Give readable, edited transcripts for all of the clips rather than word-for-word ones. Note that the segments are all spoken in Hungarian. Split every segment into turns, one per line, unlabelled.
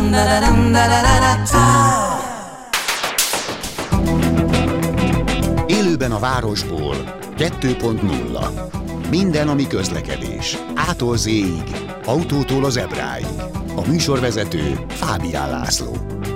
Élőben a városból 2.0. Minden, ami közlekedés. A-tól Z-ig, autótól az ebráig. A műsorvezető Fábián László.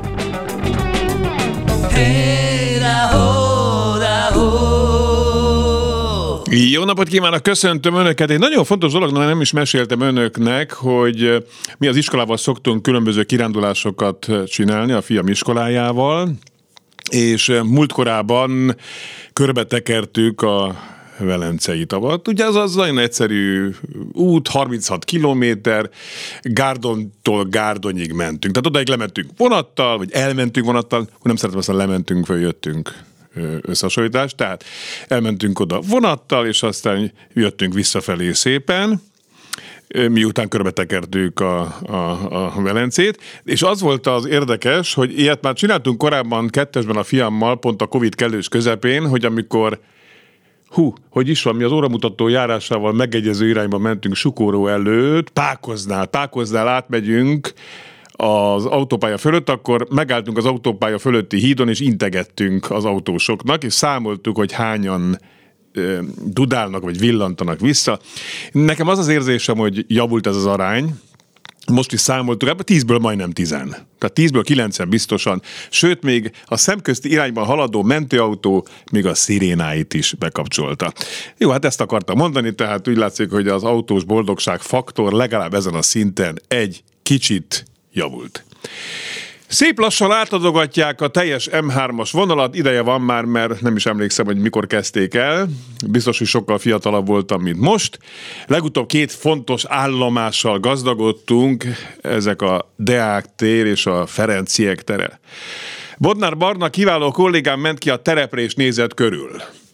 Jó napot kívánok, köszöntöm Önöket. Egy nagyon fontos dolog, nem is meséltem Önöknek, hogy mi az iskolával szoktunk különböző kirándulásokat csinálni a fiam iskolájával, és múltkorában körbetekertük a Velencei tavat. Ugye az nagyon egyszerű út, 36 kilométer, Gárdontól Gárdonyig mentünk. Tehát odaig lementünk vonattal, vagy elmentünk vonattal, nem szeretem aztán lementünk, följöttünk összehasonlítást, tehát elmentünk oda vonattal, és aztán jöttünk visszafelé szépen, miután körbetekertük a Velencét, és az volt az érdekes, hogy ilyet már csináltunk korábban kettesben a fiammal, pont a Covid kellős közepén, hogy amikor hogy is van, mi az óramutató járásával megegyező irányba mentünk Sukóró előtt, Pákoznál átmegyünk az autópálya fölött, akkor megálltunk az autópálya fölötti hídon, és integettünk az autósoknak, és számoltuk, hogy hányan dudálnak, vagy villantanak vissza. Nekem az az érzésem, hogy javult ez az arány, most is számoltuk, 10-ből majdnem 10. Tehát 10-ből 9 biztosan. Sőt, még a szemközti irányban haladó mentőautó még a szirénáit is bekapcsolta. Jó, hát ezt akartam mondani, tehát úgy látszik, hogy az autós boldogság faktor legalább ezen a szinten egy kicsit javult. Szép lassan átadogatják a teljes M3-as vonalat, ideje van már, mert nem is emlékszem, hogy mikor kezdték el. Biztos, hogy sokkal fiatalabb voltam, mint most. Legutóbb 2 fontos állomással gazdagodtunk, ezek a Deák tér és a Ferenciek tere. Bodnár Barna kiváló kollégám ment ki a terepre és nézett körül.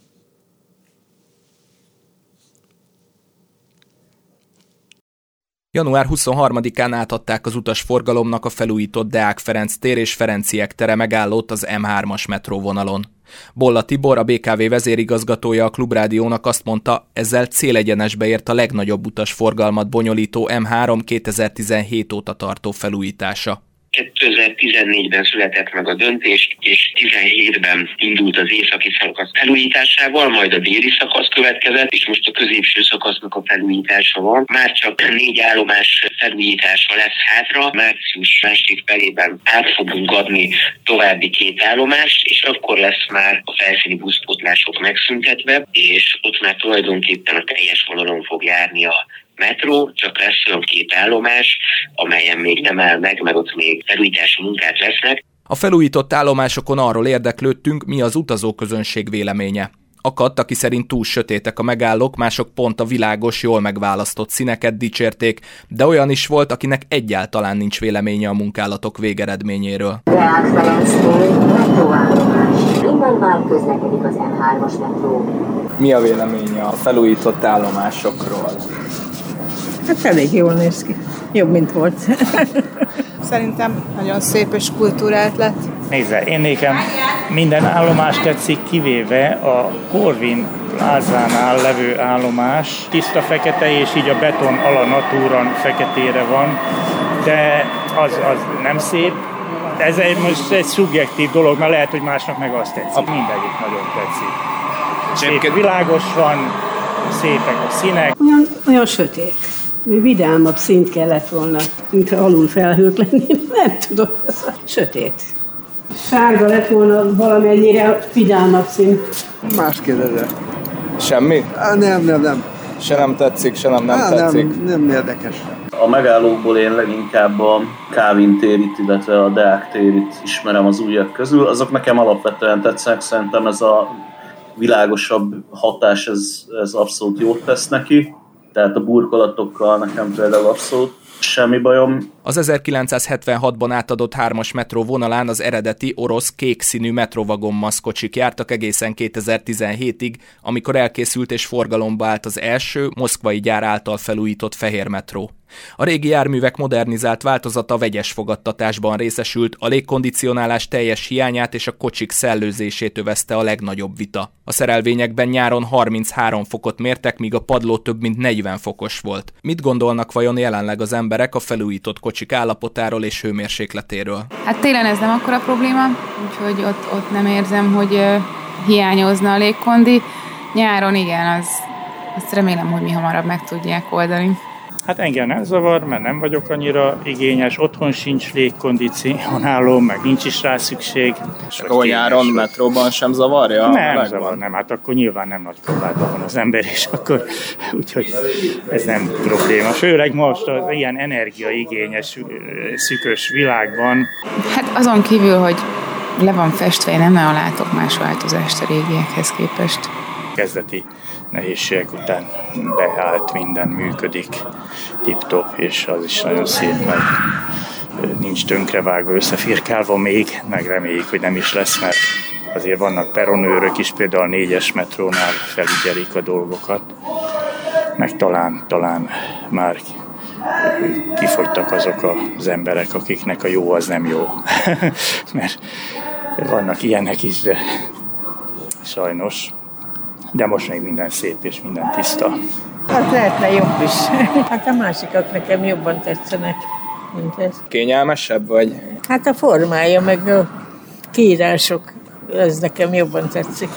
Január 23-án átadták az utasforgalomnak a felújított Deák Ferenc tér és Ferenciek tere megállót az M3-as metróvonalon. Bolla Tibor, a BKV vezérigazgatója a Klubrádiónak azt mondta, ezzel célegyenesbe ért a legnagyobb utasforgalmat bonyolító M3 2017 óta tartó felújítása.
2014-ben született meg a döntés, és 2017-ben indult az északi szakasz felújításával, majd a déli szakasz következett, és most a középső szakasznak a felújítása van. Már csak 4 állomás felújítása lesz hátra, március másik felében át fogunk adni további 2 állomást, és akkor lesz már a felszíni buszpótlások megszüntetve, és ott már tulajdonképpen a teljes vonalon fog járni a metró, csak lesz olyan 2 állomás, amelyen még nem áll meg ott még felújítási munkák lesznek.
A felújított állomásokon arról érdeklődtünk, mi az utazóközönség véleménye. Akadt, aki szerint túl sötétek a megállók, mások pont a világos, jól megválasztott színeket dicsérték, de olyan is volt, akinek egyáltalán nincs véleménye a munkálatok végeredményéről.
Deák Ferenc tér, metróállomás. Innen már közlekedik az M3-as metró.
Mi a véleménye a felújított állomásokról?
Hát elég jól néz ki. Jobb, mint volt.
Szerintem nagyon szép és kultúrált lett.
Nézze, én nekem minden állomás tetszik, kivéve a Corvin plázánál levő állomás. Tiszta fekete, és így a beton ala natúran feketére van, de az nem szép. Ez most egy szubjektív dolog, mert lehet, hogy másnak meg azt tetszik. Mindegyik nagyon tetszik. Szép világos van, szépek a színek.
Olyan sötét. Vidámabb szint kellett volna, mint alul felhők lenni. Nem tudom, ez a sötét. Sárga lett volna valamennyire vidámabb szint.
Más kérdezze.
Semmi?
Nem.
Se nem tetszik, se nem tetszik.
Nem érdekes.
A megállókból én leginkább a Kávin térit, illetve a Deák térit ismerem az újak közül. Azok nekem alapvetően tetszenek, szerintem ez a világosabb hatás, ez abszolút jót tesz neki. Tehát a burkolatokkal nekem például abszolút semmi bajom.
Az 1976-ban átadott 3-as metró vonalán az eredeti orosz kék színű metrovagon maszkocsik jártak egészen 2017-ig, amikor elkészült és forgalomba állt az első moszkvai gyár által felújított fehér metró. A régi járművek modernizált változata vegyes fogadtatásban részesült, a légkondicionálás teljes hiányát és a kocsik szellőzését övezte a legnagyobb vita. A szerelvényekben nyáron 33 fokot mértek, míg a padló több mint 40 fokos volt. Mit gondolnak vajon jelenleg az emberek emberek a felújított kocsik állapotáról és hőmérsékletéről.
Hát télen ez nem akkora probléma, úgyhogy ott nem érzem, hogy hiányozna a légkondi. Nyáron igen, azt remélem, hogy mi hamarabb meg tudják oldani.
Hát engem nem zavar, mert nem vagyok annyira igényes, otthon sincs légkondicionáló, meg nincs is rá szükség.
Akkor nyáron metróban sem zavarja?
Nem zavar, nem, hát akkor nyilván nem nagy kabátban van az ember, és akkor úgyhogy ez nem probléma. Főleg most az ilyen energiaigényes, szűkös világban.
Hát azon kívül, hogy le van festve, én nem nagyon látok más változást a régiekhez képest.
Kezdeti nehézségek után beállt, minden működik tip-top, és az is nagyon szép, meg nincs tönkrevágva, összefirkálva még, meg reméljük, hogy nem is lesz, mert azért vannak peronőrök is, például a 4-es metrónál felügyelik a dolgokat, meg talán már kifogytak azok az emberek, akiknek a jó az nem jó. Mert vannak ilyenek is, de sajnos. De most még minden szép és minden tiszta.
Hát lehetne jobb is. Hát a másikak nekem jobban tetszenek, mint ez.
Kényelmesebb vagy?
Hát a formája, meg a kiírások, ez nekem jobban tetszik.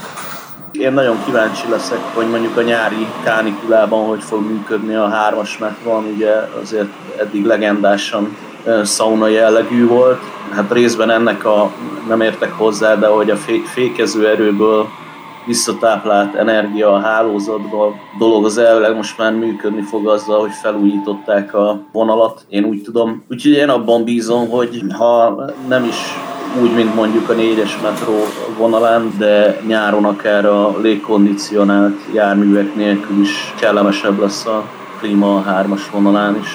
Én nagyon kíváncsi leszek, hogy mondjuk a nyári kánikulában hogy fog működni a 3-as metrón, ugye azért eddig legendásan szauna jellegű volt. Hát részben ennek nem értek hozzá, de hogy a fékező erőből visszatáplált energia a hálózatban dolog az elvileg most már működni fog azzal, hogy felújították a vonalat, én úgy tudom. Úgyhogy én abban bízom, hogy ha nem is úgy, mint mondjuk a 4-es metró vonalán, de nyáron akár a légkondicionált járművek nélkül is kellemesebb lesz a klíma a 3-as vonalán is.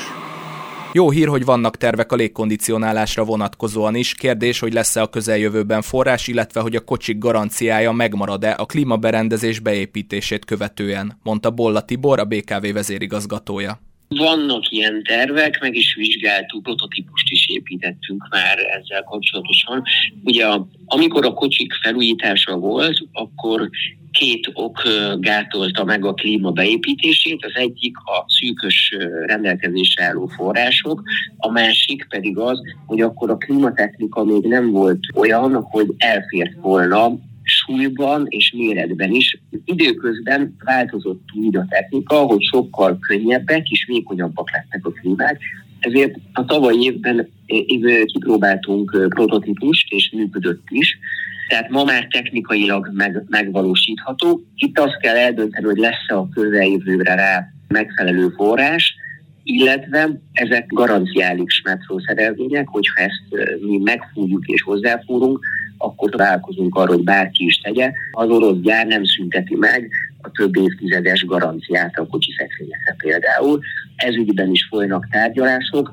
Jó hír, hogy vannak tervek a légkondicionálásra vonatkozóan is. Kérdés, hogy lesz-e a közeljövőben forrás, illetve hogy a kocsik garanciája megmarad-e a klímaberendezés beépítését követően, mondta Bolla Tibor, a BKV vezérigazgatója.
Vannak ilyen tervek, meg is vizsgáltuk, prototípust is építettünk már ezzel kapcsolatosan. Ugye amikor a kocsik felújítása volt, akkor 2 ok gátolta meg a klíma beépítését, az egyik a szűkös rendelkezésre álló források, a másik pedig az, hogy akkor a klímatechnika még nem volt olyan, hogy elfért volna súlyban és méretben is. Időközben változott úgy a technika, hogy sokkal könnyebbek és vékonyabbak lettek a klímák. Ezért a tavalyi évben kipróbáltunk prototípust, és működött is. Tehát ma már technikailag megvalósítható. Itt azt kell eldönteni, hogy lesz-e a közeljövőre rá megfelelő forrás, illetve ezek garanciális metrószerelvények, hogyha ezt mi megfújjuk és hozzáfúrunk, akkor találkozunk arra, hogy bárki is tegye. Az orosz gyár nem szünteti meg a több évtizedes garanciát a kocsiszekrényekre például. Ez ügyben is folynak tárgyalások.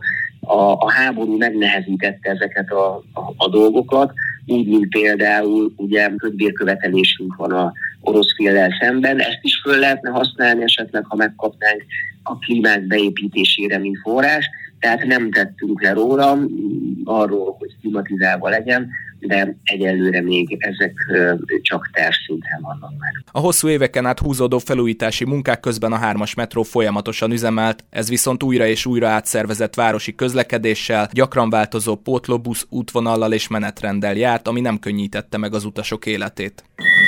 A háború megnehezítette ezeket a dolgokat, úgy, mint például ugye kötbérkövetelésünk van a orosz féllel szemben. Ezt is föl lehetne használni esetleg, ha megkapnánk a klímák beépítésére, mint forrás. Tehát nem tettünk le róla arról, hogy klimatizálva legyen, de egyelőre még ezek csak tervszinten vannak meg.
A hosszú éveken át húzódó felújítási munkák közben a 3-as metró folyamatosan üzemelt, ez viszont újra és újra átszervezett városi közlekedéssel, gyakran változó pótlóbusz útvonallal és menetrenddel járt, ami nem könnyítette meg az utasok életét.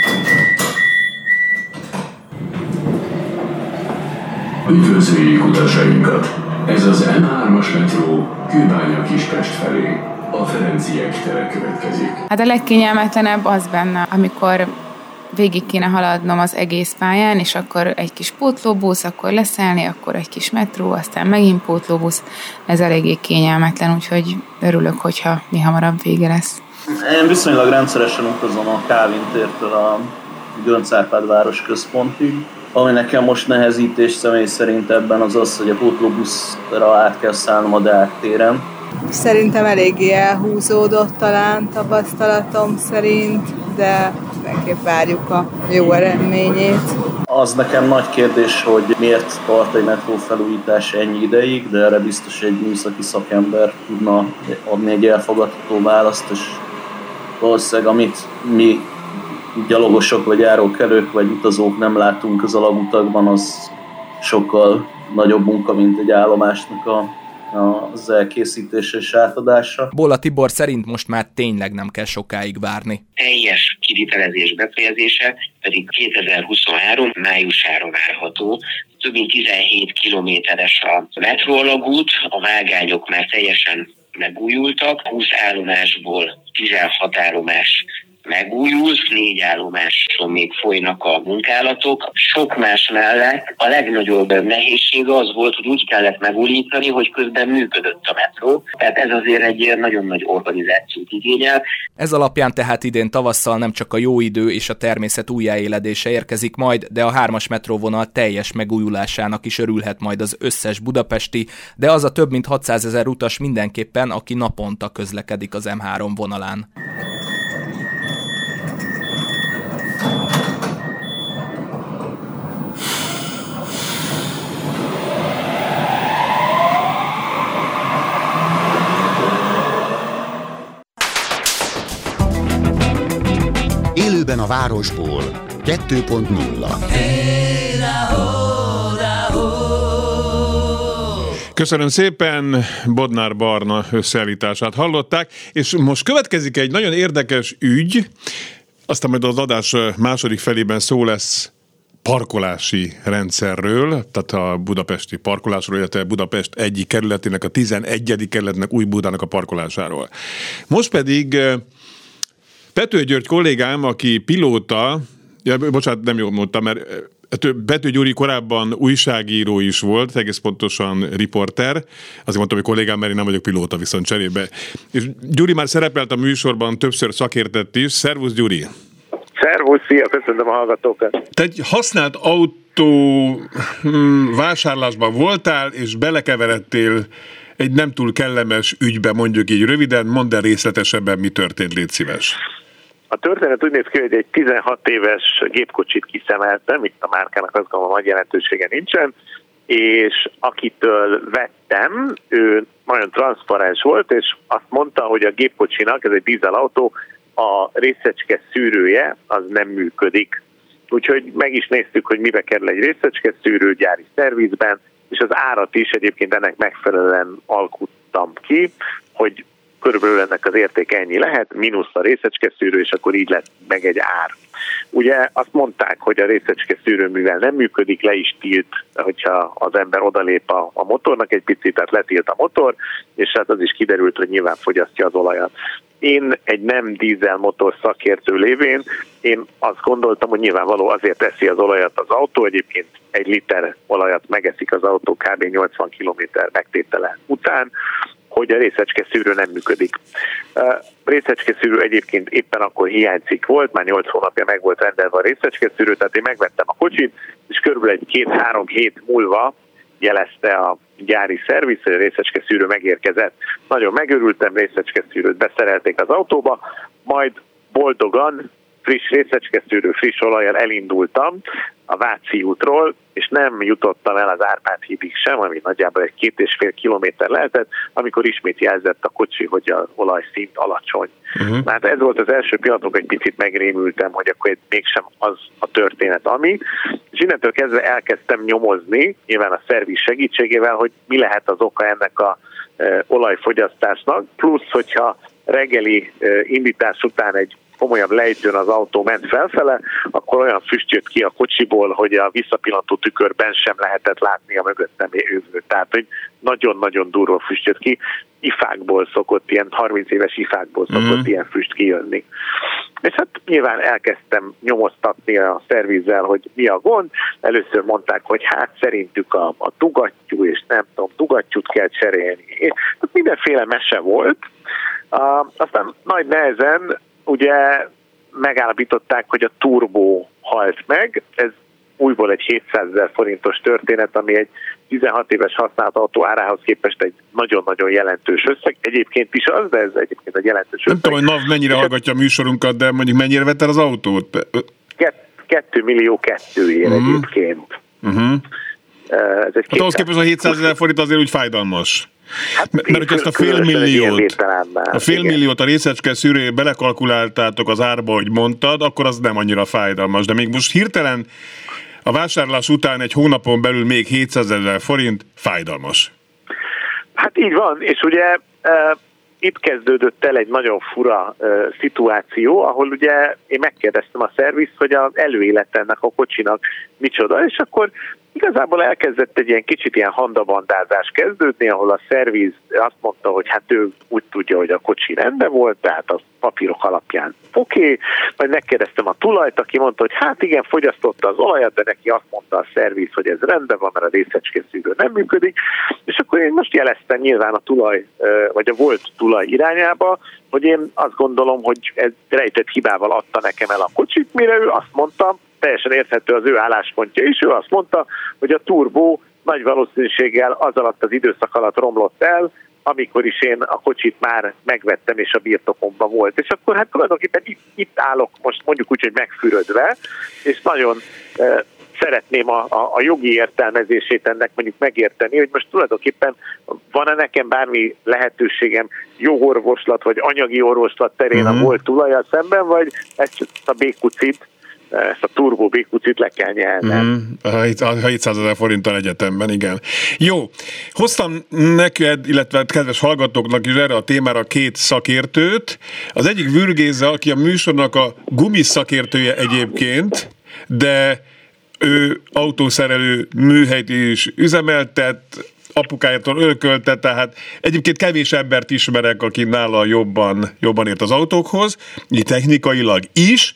Üdvözöljük utasainkat! Ez az M3-as metró Kőbánya-Kispest felé. A Ferenciek tere következik.
Hát a legkényelmetlenebb az benne, amikor végig kéne haladnom az egész pályán, és akkor egy kis pótlóbusz, akkor leszállni, akkor egy kis metró, aztán megint pótlóbusz. Ez eléggé kényelmetlen, úgyhogy örülök, hogyha mi hamarabb vége lesz.
Én viszonylag rendszeresen utazom a Kávin tértől a Göncz-Árpád város központig. Ami nekem most nehezítés személy szerint ebben az az, hogy a pótlóbuszra át kell szállnom a Deák téren.
Szerintem eléggé elhúzódott talán tapasztalatom szerint, de mindenképp várjuk a jó eredményét.
Az nekem nagy kérdés, hogy miért tart egy metrófelújítás ennyi ideig, de erre biztos egy műszaki szakember tudna adni egy elfogadható választ, és valószínűleg amit mi gyalogosok, vagy járókelők, vagy utazók nem látunk az alagutakban, az sokkal nagyobb munka, mint egy állomásnak a az elkészítése és átadása.
Bolla Tibor szerint most már tényleg nem kell sokáig várni.
Teljes kivitelezés befejezése pedig 2023 májusára várható. Több mint 17 kilométeres a metróalagút, a vágányok már teljesen megújultak, 20 állomásból 16 állomás megújult, 4 állomáson még folynak a munkálatok. Sok más mellett a legnagyobb nehézség az volt, hogy úgy kellett megújítani, hogy közben működött a metró. Tehát ez azért egy nagyon nagy organizációt igényel.
Ez alapján tehát idén tavasszal nem csak a jó idő és a természet újjáéledése érkezik majd, de a 3-as metróvonal teljes megújulásának is örülhet majd az összes budapesti, de az a több mint 600 000 utas mindenképpen, aki naponta közlekedik az M3 vonalán.
Élőben a városból 2.0.
Köszönöm szépen, Bodnár Barna összeállítását hallották, és most következik egy nagyon érdekes ügy, aztán majd az adás második felében szó lesz parkolási rendszerről, tehát a budapesti parkolásról, illetve Budapest egyik kerületének, a 11. kerületnek, Újbudának a parkolásáról. Most pedig Pető György kollégám, aki pilóta, bocsánat, nem jól mondtam, mert Pető Gyuri korábban újságíró is volt, egész pontosan riporter. Azért mondtam, hogy kollégám, mert én nem vagyok pilóta, viszont cserébe. És Gyuri már szerepelt a műsorban, többször szakértett is. Szervusz, Gyuri!
Szervusz, szia, köszönöm a hallgatókat!
Te egy használt autó vásárlásban voltál, és belekeveredtél egy nem túl kellemes ügybe, mondjuk így röviden, mondd el részletesebben, mi történt, légy szíves.
A történet úgy néz ki, hogy egy 16 éves gépkocsit kiszemeltem, itt a márkának azt gondolom, hogy jelentősége nincsen, és akitől vettem, ő nagyon transzparens volt, és azt mondta, hogy a gépkocsinak, ez egy dízelautó, a részecske szűrője az nem működik. Úgyhogy meg is néztük, hogy mibe kerül egy részecske szűrő gyári szervizben, és az árat is egyébként ennek megfelelően alkuttam ki, hogy körülbelül ennek az értéke ennyi lehet, mínusz a részecskeszűrő, és akkor így lett meg egy ár. Ugye azt mondták, hogy a részecskeszűrő, mivel nem működik, le is tilt, hogyha az ember odalép a motornak egy picit, tehát letilt a motor, és hát az is kiderült, hogy nyilván fogyasztja az olajat. Én egy nem dízelmotor szakértő lévén, én azt gondoltam, hogy nyilvánvaló azért teszi az olajat az autó, egyébként 1 liter olajat megeszik az autó kb. 80 km megtétele után, hogy a részecskeszűrő nem működik. A részecskeszűrő egyébként éppen akkor hiányzik volt, már 8 hónapja meg volt rendelve a részecskeszűrő, tehát én megvettem a kocsit, és körülbelül egy 2-3 hét múlva jelezte a gyári szerviz, hogy a részecskeszűrő megérkezett. Nagyon megörültem, részecskeszűrőt beszerelték az autóba, majd boldogan friss részecskeszűrő, friss olajjal elindultam a Váci útról, és nem jutottam el az Árpád hídig sem, ami nagyjából egy 2,5 kilométer lehetett, amikor ismét jelzett a kocsi, hogy az olajszint alacsony. Hát ez volt az első pillanatok, egy picit megrémültem, hogy akkor mégsem az a történet, ami. És innentől kezdve elkezdtem nyomozni, nyilván a szerviz segítségével, hogy mi lehet az oka ennek a olajfogyasztásnak, plusz, hogyha reggeli indítás után egy komolyabb lejtőn az autó ment felfele, akkor olyan füst jött ki a kocsiból, hogy a visszapillantó tükörben sem lehetett látni a mögöttem jövőt. Tehát, hogy nagyon-nagyon durva füst jött ki. Ifákból szokott, ilyen 30 éves ifákból szokott ilyen füst kijönni. És hát nyilván elkezdtem nyomoztatni a szervizzel, hogy mi a gond. Először mondták, hogy hát szerintük a dugattyú, és nem tudom, dugattyút kell cserélni. Tehát mindenféle mese volt. Aztán nagy nehezen ugye megállapították, hogy a turbó halt meg. Ez újból egy 700 000 forintos történet, ami egy 16 éves használt autó árához képest egy nagyon-nagyon jelentős összeg. Egyébként is az, de ez egyébként egy jelentős összeg.
Nem tudom, hogy NAV mennyire hallgatja a műsorunkat, de mondjuk mennyire vett el az autót?
2,2 millió egyébként.
Ez egy hát ahhoz képest a 700 000 forint azért úgy fájdalmas. Hát, mert hogy ezt a félmilliót a részecske szűrőjébe belekalkuláltátok az árba, hogy mondtad, akkor az nem annyira fájdalmas. De még most hirtelen a vásárlás után egy hónapon belül még 700 000 forint fájdalmas.
Hát így van, és ugye itt kezdődött el egy nagyon fura szituáció, ahol ugye én megkérdeztem a szervizt, hogy az előélete ennek a kocsinak micsoda, és akkor igazából elkezdett egy kicsit ilyen handabandázás kezdődni, ahol a szerviz azt mondta, hogy hát ő úgy tudja, hogy a kocsi rendben volt, tehát a papírok alapján oké. Majd megkérdeztem a tulajt, aki mondta, hogy hát igen, fogyasztotta az olajat, de neki azt mondta a szerviz, hogy ez rendben van, mert a részecskeszűrő nem működik. És akkor én most jeleztem nyilván a tulaj, vagy a volt tulaj irányába, hogy én azt gondolom, hogy ez rejtett hibával adta nekem el a kocsit, mire ő azt mondta, teljesen érthető az ő álláspontja is, ő azt mondta, hogy a turbó nagy valószínűséggel az alatt az időszak alatt romlott el, amikor is én a kocsit már megvettem, és a birtokomban volt. És akkor hát tulajdonképpen itt állok most mondjuk úgy, hogy megfürödve, és nagyon szeretném a jogi értelmezését ennek mondjuk megérteni, hogy most tulajdonképpen van-e nekem bármi lehetőségem jogorvoslat, vagy anyagi orvoslat terén a volt tulajjal szemben, vagy ezt a békucit, ezt a turbo békucit le kell nyelnem.
A 700 000 forinttal egyetemben, igen. Jó, hoztam neked, illetve kedves hallgatóknak is erre a témára két szakértőt. Az egyik Vürg Géza, aki a műsornak a gumiszakértője egyébként, de ő autószerelő műhelyt is üzemeltet, apukájától örökölte, tehát egyébként kevés embert ismerek, aki nála jobban ért az autókhoz, így technikailag is,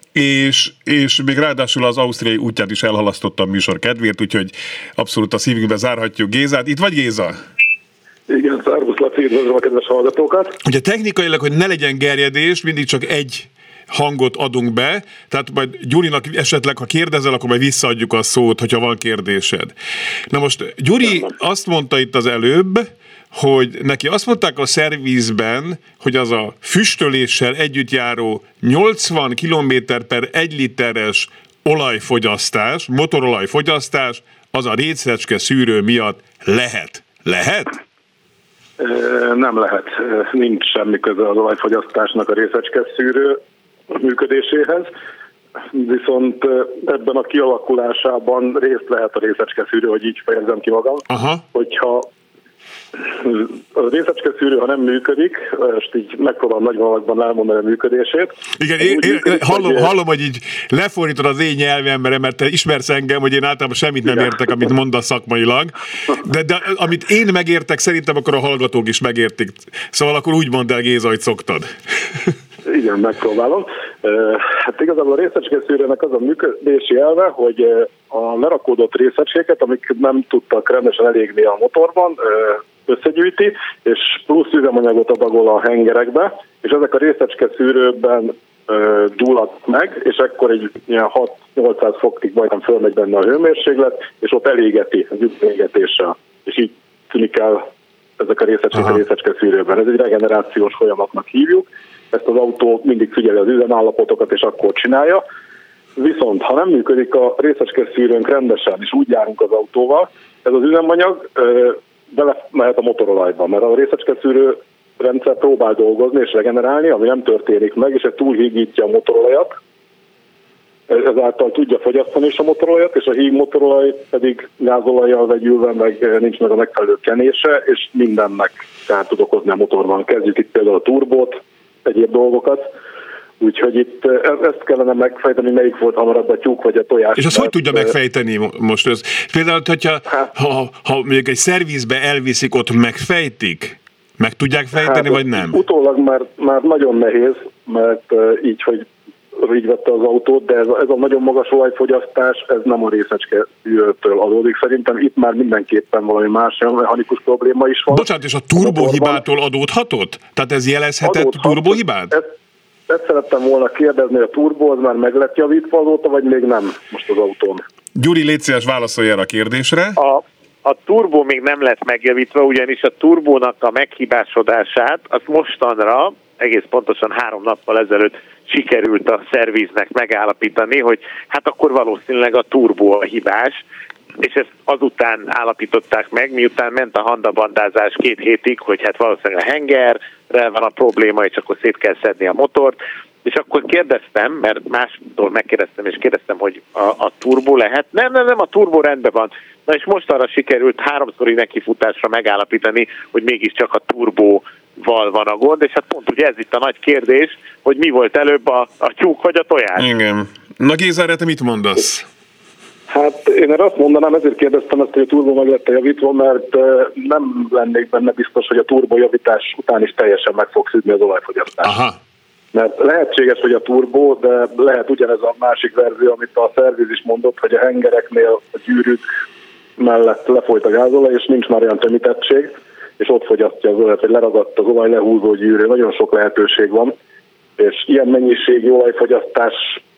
és még ráadásul az ausztriai útját is elhalasztotta a műsor kedvéért, úgyhogy abszolút a szívünkbe zárhatjuk Gézát. Itt vagy, Géza?
Igen, szervusz, Laci, üdvözlöm a kedves hallgatókat.
Ugye technikailag, hogy ne legyen gerjedés, mindig csak egy hangot adunk be, tehát majd Gyurinak esetleg, ha kérdezel, akkor majd visszaadjuk a szót, hogyha van kérdésed. Na most Gyuri azt mondta itt az előbb, hogy neki azt mondták a szervizben, hogy az a füstöléssel együtt járó 80 km/1 literes olajfogyasztás, motorolajfogyasztás, az a részecske szűrő miatt lehet. Lehet?
Nem lehet. Nincs semmi köze az olajfogyasztásnak a részecske szűrő működéséhez, viszont ebben a kialakulásában részt lehet a részecske szűrő, hogy így fejezem ki magam. Aha. Hogyha a részecske szűrő, ha nem működik, és így megpróbálom nagy vonalakban elmondani a működését.
Igen, én hallom, hogy így lefordítod az én nyelvemre, mert te ismersz engem, hogy én általában semmit nem értek, amit mondasz szakmailag, de amit én megértek, szerintem akkor a hallgatók is megértik. Szóval akkor úgy mondd el, Géza, hogy szoktad.
Igen, megpróbálom. Hát igazából a részecskeszűrőnek az a működési elve, hogy a lerakódott részecskéket, amik nem tudtak rendesen elégni a motorban, összegyűjti, és plusz üzemanyagot adagol a hengerekbe, és ezek a részecskeszűrőben gyullad meg, és akkor egy ilyen 6-800 fokig majdnem fölmegy benne a hőmérséklet, és ott elégeti az üzemégetéssel. És így tűnik el ezek a részecskék a részecskeszűrőben. Ez egy regenerációs folyamatnak hívjuk. Ezt az autó mindig figyeli az üzemállapotokat, és akkor csinálja. Viszont, ha nem működik a részecskeszűrőnk rendesen, és úgy járunk az autóval, ez az üzemanyag bele mehet a motorolajba, mert a részecskeszűrő rendszer próbál dolgozni és regenerálni, ami nem történik meg, és ez túlhígítja a motorolajat, ezáltal tudja fogyasztani is a motorolajat, és a híg motorolaj pedig gázolajjal vegyülve, meg nincs meg a megfelelő kenése, és mindennek kárt tud okozni a motorban. Kezdjük itt például a turbót, egyéb dolgokat. Úgyhogy itt ezt kellene megfejteni, melyik volt hamarabb a tyúk vagy a tojás.
És azt hogy tudja megfejteni most? Ez? Például, ha még egy szervizbe elviszik, ott megfejtik? Meg tudják fejteni, vagy nem?
Utólag már nagyon nehéz, mert így vette az autót, de ez a nagyon magas olajfogyasztás, ez nem a részecskeszűrőtől adódik. Szerintem itt már mindenképpen valami más mechanikus probléma is van.
Bocsánat, és a turbóhibától adódhatott? Tehát ez jelezhetett turbóhibát?
Ezt szerettem volna kérdezni, hogy a turbó az már meg lett javítva azóta, vagy még nem most az autón?
Gyuri, légy szíves, válaszolj erre a kérdésre.
A turbó még nem lett megjavítva, ugyanis a turbónak a meghibásodását az mostanra, egész pontosan 3 nappal ezelőtt sikerült a szerviznek megállapítani, hogy hát akkor valószínűleg a turbó a hibás, és ezt azután állapították meg, miután ment a handabandázás 2 hétig, hogy hát valószínűleg a hengerrel van a probléma, és akkor szét kell szedni a motort, és akkor kérdeztem, mert mástól megkérdeztem, és kérdeztem, hogy a turbó lehet. Nem, a turbó rendben van. Na és most arra sikerült 3-szori nekifutásra megállapítani, hogy mégiscsak a turbóval van a gond, és hát pont ugye ez itt a nagy kérdés, hogy mi volt előbb, a tyúk vagy a tojás.
Igen. Na Géza, erre te mit mondasz?
Hát én erre azt mondanám, ezért kérdeztem ezt, hogy a turbó meg lett javítva, mert nem lennék benne biztos, hogy a turbójavítás után is teljesen meg fog szűnni az olajfogyasztás.
Aha.
Mert lehetséges, hogy a turbó, de lehet ugyanez a másik verzió, amit a szerviz is mondott, hogy a hengereknél a gyűrűk mellett lefolyt a gázolaj, és nincs már olyan tömítettség, és ott fogyasztja az olajat, hogy leragadt az olaj lehúzó gyűrű. Nagyon sok lehetőség van, és ilyen mennyiségű olajfogyasztás,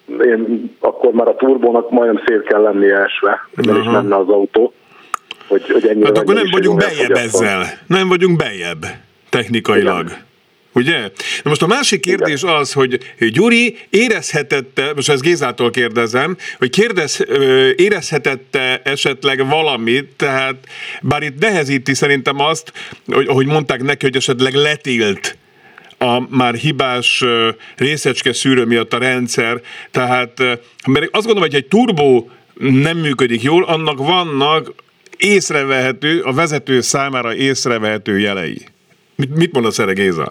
akkor már a turbónak majdnem szét kell lennie esve, hogy nem is menne az autó. Hogy ennyire
hát akkor nem vagyunk bejebb ezzel. Nem vagyunk bejebb technikailag. Igen. Ugye? Na most a másik kérdés az, hogy Gyuri érezhetette, most ezt Gézától kérdezem, hogy érezhetette esetleg valamit, tehát bár itt nehezíti szerintem azt, hogy, ahogy mondták neki, hogy esetleg letilt a már hibás részecske szűrő miatt a rendszer, tehát mert azt gondolom, hogy egy turbó nem működik jól, annak vannak észrevehető, a vezető számára észrevehető jelei. Mit mondasz erre, Géza?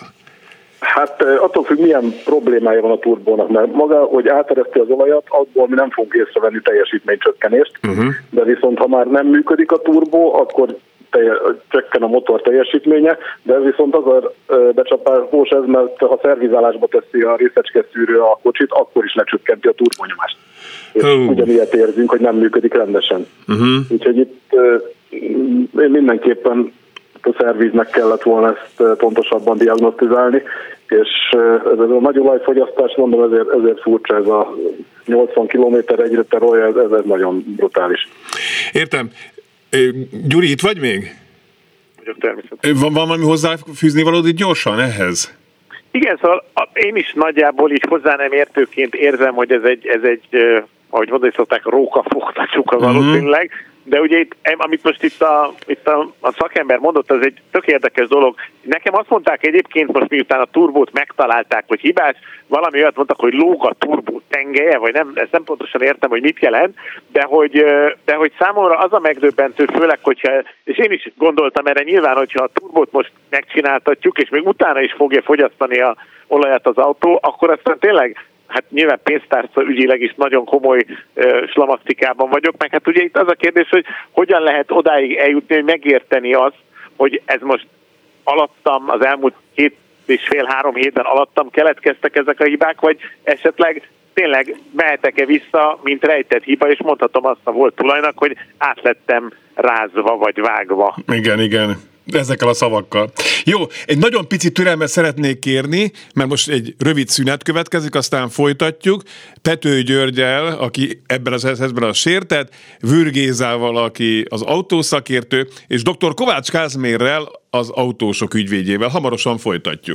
Hát attól függ, milyen problémája van a turbónak, mert maga, hogy átereszti az olajat, abból mi nem fogunk észrevenni teljesítménycsökkenést, de viszont ha már nem működik a turbó, akkor csökken a motor teljesítménye, de ez viszont az a becsapós ez, mert ha szervizálásba teszi a részecskeszűrő a kocsit, akkor is lecsökkenti a turbónyomást. És ugyanilyet érzünk, hogy nem működik rendesen. Úgyhogy itt én mindenképpen a szerviznek kellett volna ezt pontosabban diagnosztizálni, és ez a nagy olajfogyasztás, mondom, ezért furcsa ez a 80 km/h olaj, ez nagyon brutális.
Értem. Gyuri, itt vagy még?
Vagyok természetesen.
Van valami hozzáfűzni valód itt gyorsan ehhez?
Igen, szóval én is nagyjából így hozzá nem értőként érzem, hogy ez egy ahogy mondani szokták, rókafogta csuka valószínűleg, de ugye itt, amit most itt a szakember mondott, az egy tök érdekes dolog. Nekem azt mondták egyébként most, miután a turbót megtalálták, hogy hibás, valami olyat mondtak, hogy lóg a turbó tengelye, vagy nem, ezt nem pontosan értem, hogy mit jelent, de hogy számomra az a megdöbbentő, főleg, hogyha, és én is gondoltam erre nyilván, hogyha a turbót most megcsináltatjuk, és még utána is fogja fogyasztani a olajat az autó, akkor aztán tényleg hát nyilván pénztárca ügyileg is nagyon komoly slamasztikában vagyok, meg hát ugye itt az a kérdés, hogy hogyan lehet odáig eljutni, hogy megérteni azt, hogy ez most alattam, az elmúlt 2,5-3 hétben alattam keletkeztek ezek a hibák, vagy esetleg tényleg mehetek-e vissza, mint rejtett hiba, és mondhatom azt a volt tulajnak, hogy átlettem rázva vagy vágva.
Igen. Ezekkel a szavakkal. Jó, egy nagyon pici türelmet szeretnék kérni, mert most egy rövid szünet következik, aztán folytatjuk. Pető Györgyel, aki ebben az helyzetben a sértett, Vür Gézával, aki az autószakértő, és dr. Kovács Kázmérrel, az autósok ügyvédjével. Hamarosan folytatjuk.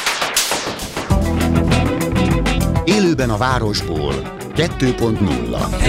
Élőben a városból 2.0.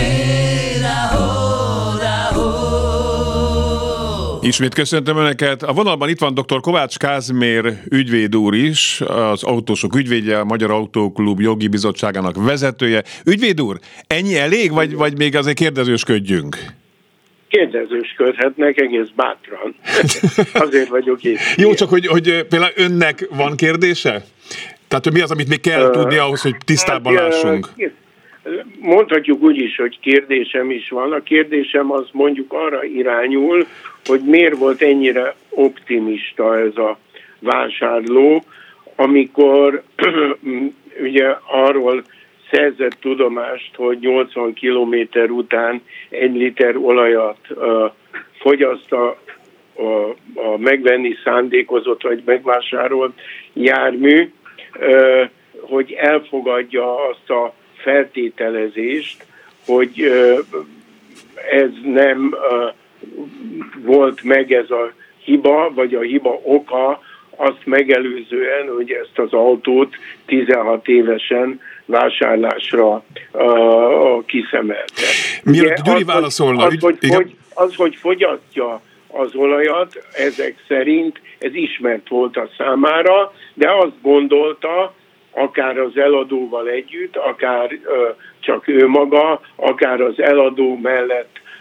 Ismét köszöntöm Önöket. A vonalban itt van dr. Kovács Kázmér ügyvéd úr is, az autósok ügyvédje, a Magyar Autóklub jogi bizottságának vezetője. Ügyvéd úr, ennyi elég, vagy még azért kérdezősködjünk?
Kérdezősködhetnek egész bátran. Azért vagyok itt.
Jó, csak hogy például önnek van kérdése? Tehát, hogy mi az, amit még kell tudni ahhoz, hogy tisztában lássunk?
Mondhatjuk úgy is, hogy kérdésem is van. A kérdésem az mondjuk arra irányul, hogy miért volt ennyire optimista ez a vásárló, amikor ugye arról szerzett tudomást, hogy 80 kilométer után 1 liter olajat fogyaszt a megvenni szándékozott vagy megvásárolt jármű, hogy elfogadja azt a feltételezést, hogy ez nem volt meg ez a hiba, vagy a hiba oka azt megelőzően, hogy ezt az autót 16 évesen vásárlásra kiszemelte.
Mielőtt Gyuri válaszolna...
hogy fogyasztja az olajat, ezek szerint ez ismert volt a számára, de azt gondolta, akár az eladóval együtt, akár csak ő maga, akár az eladó mellett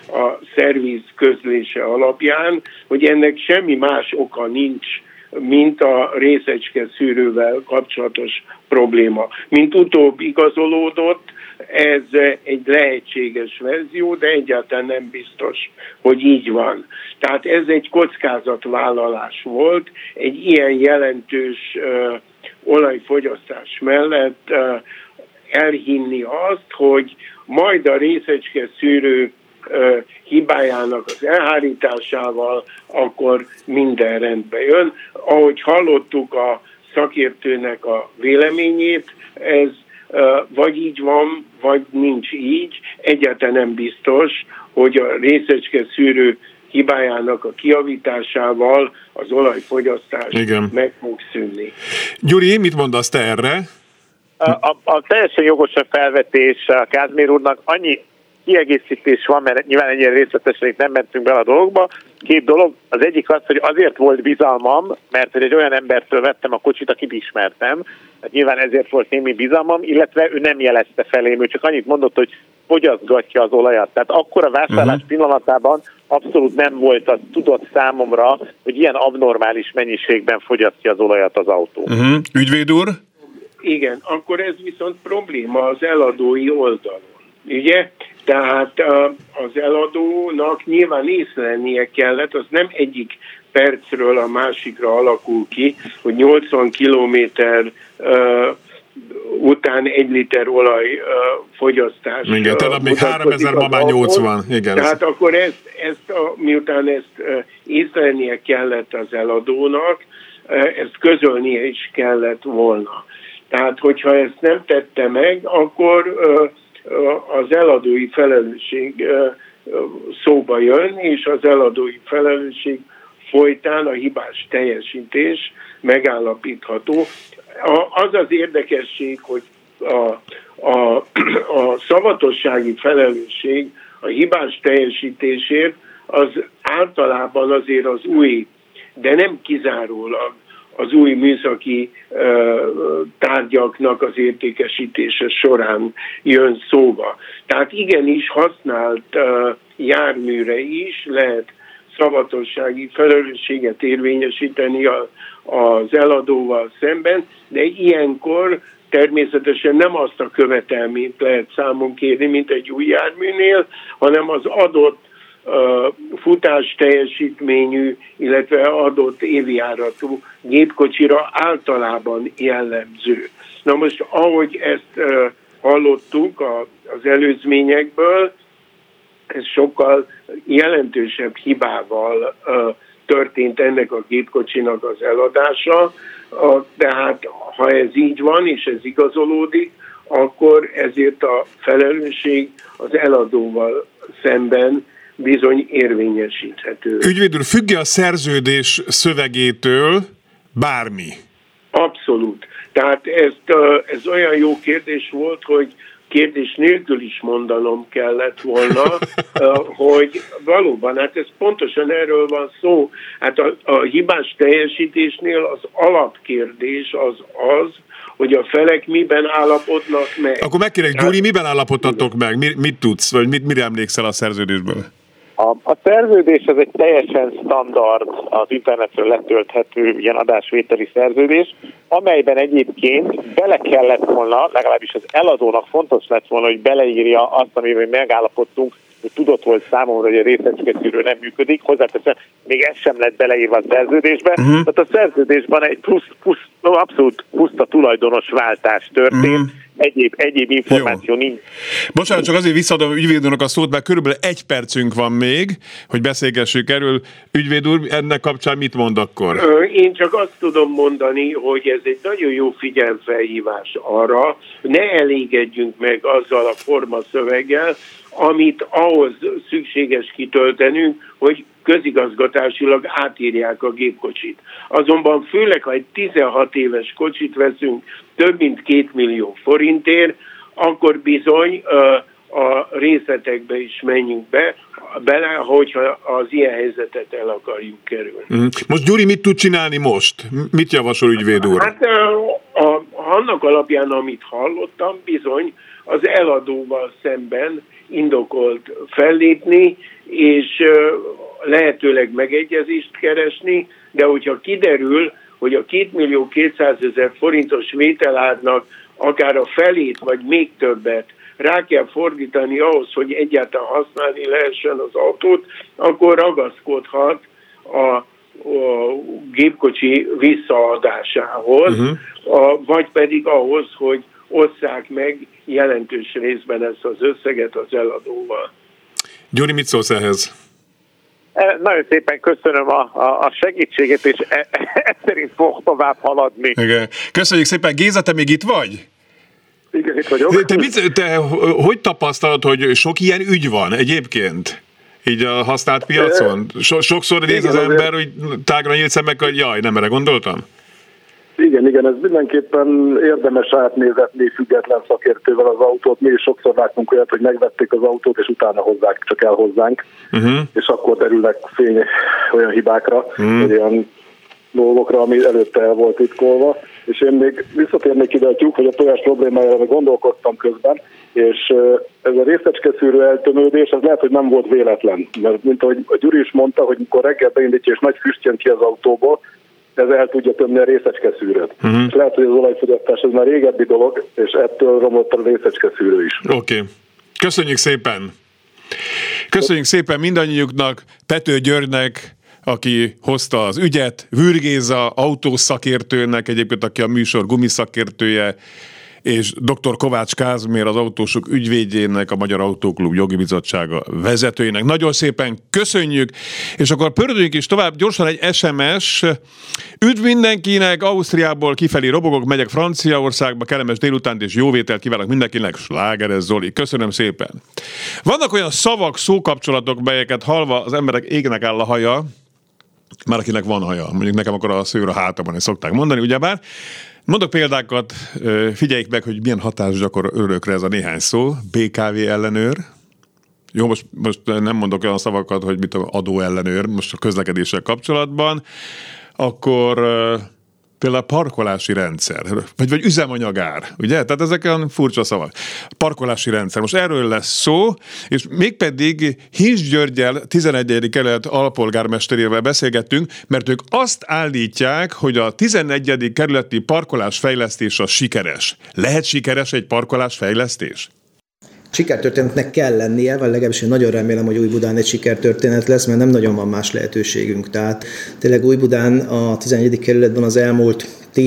a szerviz közlése alapján, hogy ennek semmi más oka nincs, mint a részecske szűrővel kapcsolatos probléma. Mint utóbb igazolódott, ez egy lehetséges verzió, de egyáltalán nem biztos, hogy így van. Tehát ez egy kockázatvállalás volt, egy ilyen jelentős olajfogyasztás mellett elhinni azt, hogy majd a részecske szűrő hibájának az elhárításával akkor minden rendbe jön. Ahogy hallottuk a szakértőnek a véleményét, ez vagy így van, vagy nincs így. Egyáltalán nem biztos, hogy a részecske szűrő hibájának a kijavításával az olajfogyasztás meg fog szűnni.
Gyuri, mit mondasz te erre?
A teljesen jogos a felvetés Kázmér úrnak, annyi kiegészítés van, mert nyilván ennyire részletesen itt nem mentünk bele a dologba. Két dolog, az egyik az, hogy azért volt bizalmam, mert egy olyan embertől vettem a kocsit, akit ismertem, tehát nyilván ezért volt némi bizalmam, illetve ő nem jelezte felém, ő csak annyit mondott, hogy fogyaszgatja az olajat. Tehát akkor a vásárlás pillanatában abszolút nem volt az tudott számomra, hogy ilyen abnormális mennyiségben fogyasztja az olajat az autó.
Ügyvéd úr?
Igen, akkor ez viszont probléma az eladói oldalon. Ugye? Tehát az eladónak nyilván észlelnie kellett, az nem egyik percről a másikra alakul ki, hogy 80 kilométer után 1 liter olaj fogyasztás.
Igen, tehát még 3000, ma már 80. Igen.
Tehát akkor miután ezt észlelnie kellett az eladónak, ezt közölnie is kellett volna. Tehát, hogyha ezt nem tette meg, akkor az eladói felelősség szóba jön, és az eladói felelősség folytán a hibás teljesítés megállapítható. Az az érdekesség, hogy a szavatossági felelősség a hibás teljesítésért az általában azért az új, de nem kizárólag az új műszaki tárgyaknak az értékesítése során jön szóba. Tehát igenis használt járműre is lehet szavatossági felelősséget érvényesíteni az eladóval szemben, de ilyenkor természetesen nem azt a követelményt lehet számon kérni, mint egy új járműnél, hanem az adott futás teljesítményű, illetve adott évjáratú gépkocsira általában jellemző. Na most, ahogy ezt hallottuk az előzményekből, ez sokkal jelentősebb hibával történt ennek a gépkocsinak az eladása, tehát ha ez így van, és ez igazolódik, akkor ezért a felelősség az eladóval szemben bizony érvényesíthető.
Ügyvéd úr, függ a szerződés szövegétől bármi? Abszolút.
Tehát ez olyan jó kérdés volt, hogy kérdés nélkül is mondanom kellett volna, hogy valóban, hát ez pontosan erről van szó. Hát a hibás teljesítésnél az alapkérdés az, hogy a felek miben állapodnak meg.
Akkor megkérlek, Gyuri, miben állapodtatok meg? Mit tudsz, vagy mire emlékszel a szerződésből?
A szerződés az egy teljesen standard, az internetről letölthető ilyen adásvételi szerződés, amelyben egyébként bele kellett volna, legalábbis az eladónak fontos lett volna, hogy beleírja azt, amiben megállapodtunk, hogy tudott volt számomra, hogy a részecskeszűrő nem működik, hozzáteszem, még ez sem lett beleírva a szerződésbe. Tehát a szerződésben egy abszolút puszta tulajdonos váltás történt, egyéb információ nincs.
Bocsánat, csak azért visszaadom ügyvéd úrnak a szót, mert körülbelül 1 percünk van még, hogy beszélgessük erről. Ügyvéd úr, ennek kapcsán mit mond akkor?
Én csak azt tudom mondani, hogy ez egy nagyon jó figyelmfelhívás arra, hogy ne elégedjünk meg azzal a formaszöveggel, amit ahhoz szükséges kitöltenünk, hogy közigazgatásilag átírják a gépkocsit. Azonban főleg, ha egy 16 éves kocsit veszünk több mint 2 millió forintért, akkor bizony a részletekbe is menjünk bele, hogyha az ilyen helyzetet el akarjuk kerülni.
Most Gyuri mit tud csinálni most? Mit javasol ügyvéd úr?
Hát annak alapján, amit hallottam, bizony az eladóval szemben indokolt fellépni, és lehetőleg megegyezést keresni, de hogyha kiderül, hogy a 2.200.000 forintos vételárnak akár a felét, vagy még többet rá kell fordítani ahhoz, hogy egyáltalán használni lehessen az autót, akkor ragaszkodhat a gépkocsi visszaadásához, vagy pedig ahhoz, hogy osszák meg jelentős részben ezt az összeget az eladóval.
Gyuri, mit szólsz ehhez?
Nagyon szépen köszönöm a segítséget, és ezt szerint fog tovább haladni.
Igen. Köszönjük szépen. Géza, te még itt vagy?
Igen, itt vagyok.
Te hogy tapasztalod, hogy sok ilyen ügy van egyébként? Így a használt piacon? Sokszor néz az ember, hogy tágra nyílt szemek, hogy jaj, nem erre gondoltam?
Igen, ez mindenképpen érdemes átnézetni független szakértővel az autót. Mi is sokszor láttunk olyat, hogy megvették az autót, és utána hozzák csak el hozzánk, és akkor derülnek fény olyan hibákra, vagy olyan dolgokra, ami előtte el volt titkolva. És én még visszatérnék ide a tyúk, hogy a tojás problémájára gondolkoztam közben, és ez a részecskeszűrő eltömődés, ez lehet, hogy nem volt véletlen. Mert mint ahogy a Gyuri is mondta, hogy mikor reggel beindítja, és nagy füst jön ki az autóból, ez el tudja tömni a részecskeszűrőt. És lehet, hogy az olajfogyasztás ez már régebbi dolog, és ettől romlott a részecskeszűrő is.
Oké. Köszönjük szépen! Köszönjük szépen mindannyiuknak, Pető Györgynek, aki hozta az ügyet, Vür Géza autószakértőnek, egyébként aki a műsor gumiszakértője, és dr. Kovács Kázmér, az autósok ügyvédjének, a Magyar Autóklub jogi bizottsága vezetőjének. Nagyon szépen köszönjük, és akkor pöröljünk is tovább. Gyorsan egy SMS. Üdv mindenkinek, Ausztriából kifelé robogok, megyek Franciaországba, kellemes délutánt és jóvételt kívánok mindenkinek, Slágeres Zoli. Köszönöm szépen. Vannak olyan szavak, szókapcsolatok, melyeket hallva az emberek égnek áll a haja, már akinek van haja, mondjuk nekem akkor a szőr a hátamon, és szokták mondani, ugyebár. Mondok példákat, figyeljék meg, hogy milyen hatást gyakorol örökre ez a néhány szó. BKV ellenőr. Jó, most nem mondok olyan szavakat, hogy mit adó ellenőr, most a közlekedéssel kapcsolatban. Akkor például parkolási rendszer, vagy üzemanyagár, ugye? Tehát ezek olyan furcsa szavak. Parkolási rendszer. Most erről lesz szó, és mégpedig Hincs Györggyel, 11. kerület alpolgármesterével beszélgettünk, mert ők azt állítják, hogy a 11. kerületi parkolásfejlesztés az sikeres. Lehet sikeres egy parkolásfejlesztés?
Sikertörténetnek kell lennie, vagy legalábbis én nagyon remélem, hogy Újbudán egy sikertörténet lesz, mert nem nagyon van más lehetőségünk. Tehát tényleg Újbudán a 11. kerületben az elmúlt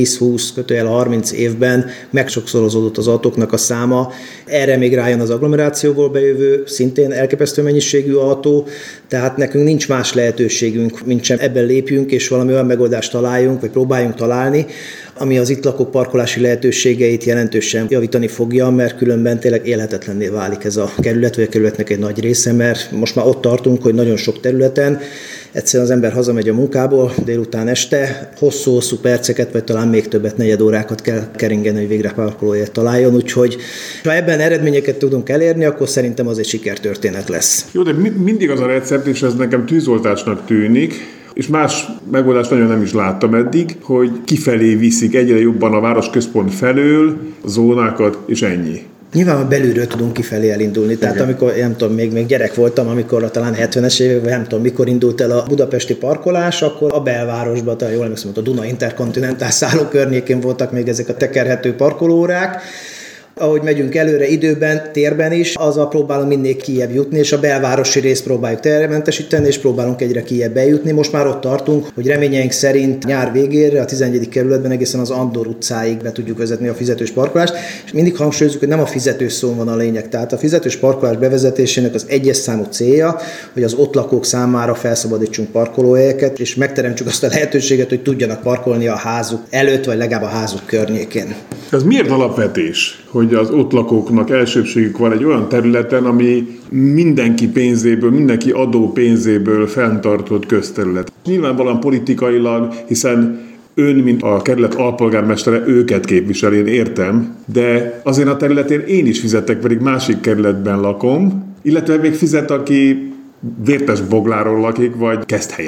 10-20-30 évben megsokszorozódott az autóknak a száma. Erre még rájön az agglomerációból bejövő, szintén elképesztő mennyiségű autó, tehát nekünk nincs más lehetőségünk, mint sem ebben lépjünk, és valami olyan megoldást találjunk, vagy próbáljunk találni, ami az itt lakók parkolási lehetőségeit jelentősen javítani fogja, mert különben tényleg élhetetlenné válik ez a kerület, vagy a kerületnek egy nagy része, mert most már ott tartunk, hogy nagyon sok területen egyszerűen az ember hazamegy a munkából, délután este, hosszú perceket, vagy talán még többet, negyed órákat kell keringeni, hogy végre parkolóhelyet találjon, úgyhogy ha ebben eredményeket tudunk elérni, akkor szerintem az egy sikertörténet lesz.
Jó, de mindig az a recept, és ez nekem tűzoltásnak tűnik, és más megoldást nagyon nem is láttam eddig, hogy kifelé viszik egyre jobban a városközpont felől a zónákat, és ennyi.
Nyilván belülről tudunk kifelé elindulni, tehát amikor, nem tudom, még gyerek voltam, amikor talán 70-es években, nem tudom, mikor indult el a budapesti parkolás, akkor a belvárosban, talán jól emlékszem, a Duna Interkontinentál szálló környékén voltak még ezek a tekerhető parkolórák. Ahogy megyünk előre időben, térben is, azzal próbálunk minél kijjebb jutni, és a belvárosi részt próbáljuk termentesíteni, és próbálunk egyre kijjebb eljutni. Most már ott tartunk, hogy reményeink szerint nyár végére a 11. kerületben egészen az Andor utcáig be tudjuk vezetni a fizetős parkolást, és mindig hangsúlyozzuk, hogy nem a fizetős szó van a lényeg. Tehát a fizetős parkolás bevezetésének az egyes számú célja, hogy az ott lakók számára felszabadítsunk parkolóhelyeket, és megteremtsük azt a lehetőséget, hogy tudjanak parkolni a házuk előtt, vagy legalább a házuk környékén.
Ez miért alapvetés, hogy az ott lakóknak elsőbségük van egy olyan területen, ami mindenki pénzéből, mindenki adó pénzéből fenntartott közterület? Nyilvánvalóan politikailag, hiszen ön, mint a kerület alpolgármestere, őket képvisel, én értem, de azért a területén én is fizetek, pedig másik kerületben lakom, illetve még fizet, aki Vértes Bogláron lakik, vagy Keszthelyen.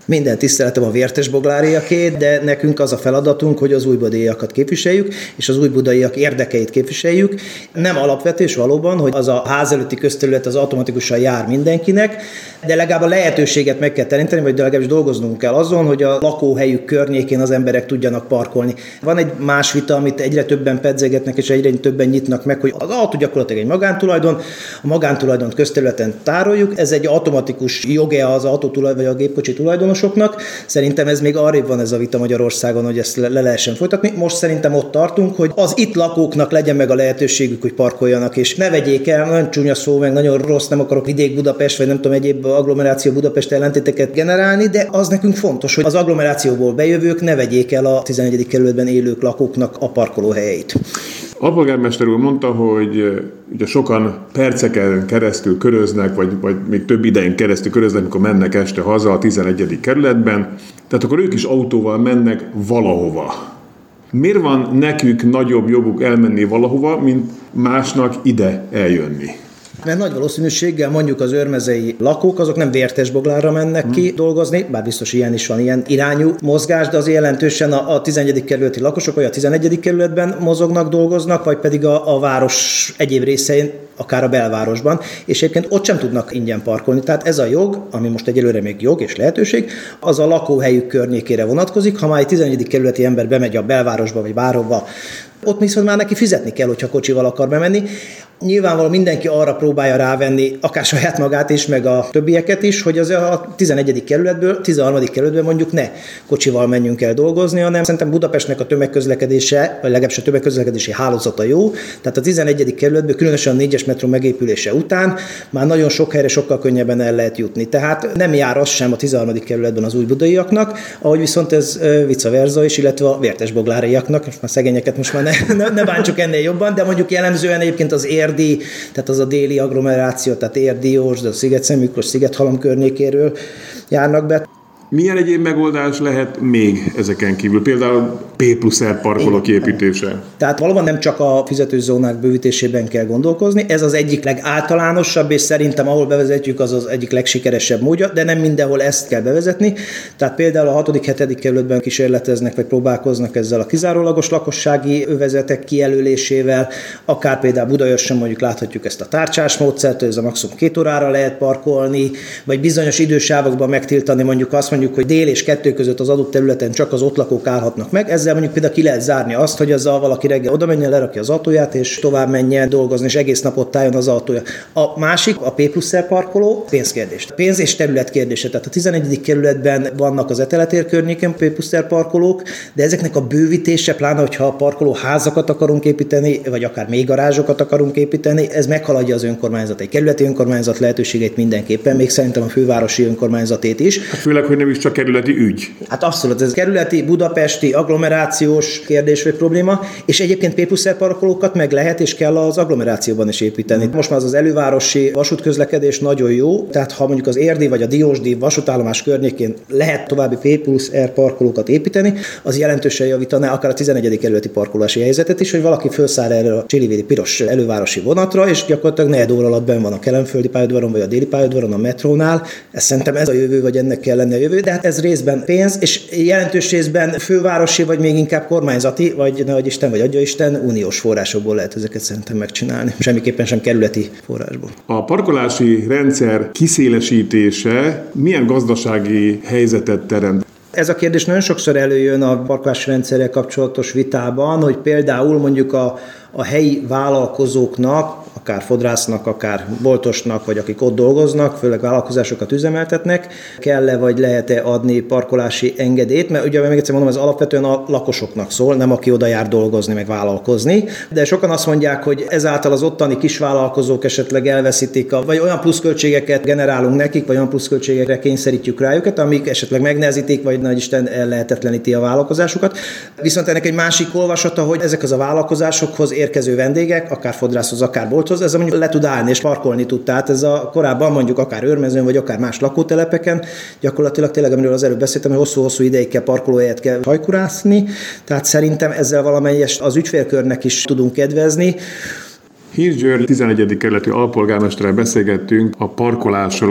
Minden tiszteletem a vértesbogláriaké, de nekünk az a feladatunk, hogy az újbudaiakat képviseljük, és az újbudaiak érdekeit képviseljük. Nem alapvető, és valóban, hogy az a ház előtti közterület az automatikusan jár mindenkinek, de legalább a lehetőséget meg kell teremteni, vagy legalábbis dolgoznunk kell azon, hogy a lakóhelyük környékén az emberek tudjanak parkolni. Van egy más vita, amit egyre többen pedzegetnek, és egyre többen nyitnak meg, hogy az autó gyakorlatilag egy magántulajdon, a magántulajdont közterületen tároljuk, ez egy automatikus joge az autótulajdon vagy a gépkocsi tulajdonosoknak. Szerintem ez még arrébb van ez a vita Magyarországon, hogy ezt le lehessen folytatni. Most szerintem ott tartunk, hogy az itt lakóknak legyen meg a lehetőségük, hogy parkoljanak, és ne vegyék el, nagyon csúnya szó, meg nagyon rossz, nem akarok vidék Budapest, vagy nem tudom, egyéb agglomeráció Budapest ellentéteket generálni, de az nekünk fontos, hogy az agglomerációból bejövők ne vegyék el a 11. kerületben élők lakóknak a parkolóhelyeit.
Alpolgármester úr mondta, hogy ugye sokan perceken keresztül köröznek, vagy még több idején keresztül köröznek, amikor mennek este haza a 11. kerületben, tehát akkor ők is autóval mennek valahova. Miért van nekük nagyobb joguk elmenni valahova, mint másnak ide eljönni?
Mert nagy valószínűséggel mondjuk az őrmezei lakók, azok nem Vértesboglárra mennek ki dolgozni, bár biztos ilyen is van, ilyen irányú mozgás, de azért jelentősen a 11. kerületi lakosok, vagy a 11. kerületben mozognak, dolgoznak, vagy pedig a város egyéb részein, akár a belvárosban, és egyébként ott sem tudnak ingyen parkolni. Tehát ez a jog, ami most egyelőre még jog és lehetőség, az a lakóhelyük környékére vonatkozik. Ha már egy 11. kerületi ember bemegy a belvárosba, vagy bárhova, ott viszont már neki fizetni kell, hogyha kocsival akar bemenni. Nyilvánvalóan mindenki arra próbálja rávenni, akár saját magát is, meg a többieket is, hogy az a 11. kerületből, 13. kerületben mondjuk ne kocsival menjünk el dolgozni, hanem szerintem Budapestnek a tömegközlekedése, vagy legalábbis a tömegközlekedési hálózata jó. Tehát a 11. kerületből, különösen a 4-es metró megépülése után már nagyon sok helyre sokkal könnyebben el lehet jutni. Tehát nem jár az sem a 13. kerületben az újbudaiaknak, ahogy viszont ez vice versa is, illetve a vértesbogláriaknak, most már szegényeket most már ne bántsuk ennél jobban, de mondjuk jellemzően egyébként az érdi, tehát az a déli agglomeráció, tehát Érdi, Józsd, a Sziget-Szent Miklós, Szigethalom környékéről járnak be.
Milyen egyéb megoldás lehet még ezeken kívül? Például P+R parkolók építése.
Tehát valóban nem csak a fizetőzónák bővítésében kell gondolkozni, ez az egyik legáltalánosabb, és szerintem ahol bevezetjük, az az egyik legsikeresebb módja, de nem mindenhol ezt kell bevezetni. Tehát például a 6.-7. kerületben kísérleteznek, vagy próbálkoznak ezzel a kizárólagos lakossági övezetek kijelölésével, akár például Budaörsön mondjuk láthatjuk ezt a tárcsás módszert, hogy ez a maximum 2 órára lehet parkolni, vagy bizonyos idősávokban megtiltani mondjuk azt, hogy dél és 2 között az adott területen csak az ott lakók állhatnak meg. Ezzel mondjuk például ki lehet zárni azt, hogy azzal valaki reggel oda menjen, lerakja az autóját, és tovább menjen dolgozni, és egész nap ott álljon az autója. A másik, a P+R parkoló, pénzkérdés. Pénz és terület kérdése. Tehát a 11. kerületben vannak az Eteletér környéken P+R parkolók, de ezeknek a bővítése, pláne hogyha a parkolóházakat akarunk építeni, vagy akár még garázsokat akarunk építeni, ez meghaladja az önkormányzat. Egy kerületi önkormányzat lehetőségeit mindenképpen, még szerintem a fővárosi önkormányzatét is.
Főleg, hogy nem is csak kerületi ügy.
Hát abszolút, ez kerületi, budapesti, agglomerációs kérdés vagy probléma, és egyébként P+R parkolókat meg lehet és kell az agglomerációban is építeni. Most már az elővárosi vasútközlekedés nagyon jó, tehát ha mondjuk az érdi vagy a diósdi vasútállomás környékén lehet további P+R parkolókat építeni, az jelentősen javítaná akár a 11. kerületi parkolási helyzetet is, hogy valaki felszáll erre a csilivéri piros elővárosi vonatra, és gyakorlatilag 4 óra alatt benn van a kelenföldi pályaudvaron vagy a déli pályaudvaron, a metrónál. Ez szerintem ez a jövő, vagy ennek kell lenni a jövő, de hát ez részben pénz, és jelentős részben fővárosi, vagy még inkább kormányzati, vagy nehogy Isten, vagy adja Isten, uniós forrásokból lehet ezeket szerintem megcsinálni. Semmiképpen sem kerületi forrásból.
A parkolási rendszer kiszélesítése milyen gazdasági helyzetet teremt?
Ez a kérdés nagyon sokszor előjön a parkolási rendszerrel kapcsolatos vitában, hogy például mondjuk a helyi vállalkozóknak, akár fodrásznak, akár boltosnak, vagy akik ott dolgoznak, főleg vállalkozásokat üzemeltetnek, kell-e vagy lehet-e adni parkolási engedélyt, mert ugye még egyszer mondom, ez alapvetően a lakosoknak szól, nem aki oda jár dolgozni, meg vállalkozni, de sokan azt mondják, hogy ezáltal az ottani kisvállalkozók esetleg elveszítik, vagy olyan pluszköltségeket generálunk nekik, vagy olyan pluszköltségekre kényszerítjük rá őket, amik esetleg megnehezítik, vagy nagy Isten ellehetetleníti a vállalkozásukat. Viszont ennek egy másik olvasata, hogy ezek az a vállalkozásokhoz érkező vendégek, akár fodrászhoz, akár bolthoz, ez mondjuk le tud állni és parkolni tud. Tehát ez a korábban mondjuk akár Őrmezőn, vagy akár más lakótelepeken, gyakorlatilag tényleg, amiről az előbb beszéltem, hogy hosszú-hosszú ideig kell parkolóhelyet kell hajkurászni, tehát szerintem ezzel valamelyest az ügyfélkörnek is tudunk kedvezni.
Hirsch György 11. kerületi alpolgármesterrel beszélgettünk a parkolásról.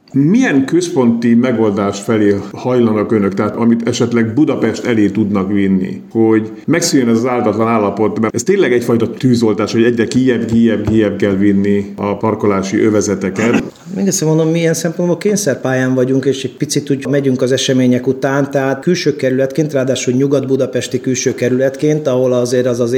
Milyen központi megoldás felé hajlanak önök, tehát amit esetleg Budapest elé tudnak vinni, hogy megszűjjön ez az áldatlan állapot, mert ez tényleg egyfajta tűzoltás, hogy egyre kijebb kell vinni a parkolási övezeteket.
Még ezt mondom, milyen szempontból kényszerpályán vagyunk, és egy picit úgy megyünk az események után, tehát külső kerületként, ráadásul nyugat-budapesti külső kerületként, ahol azért az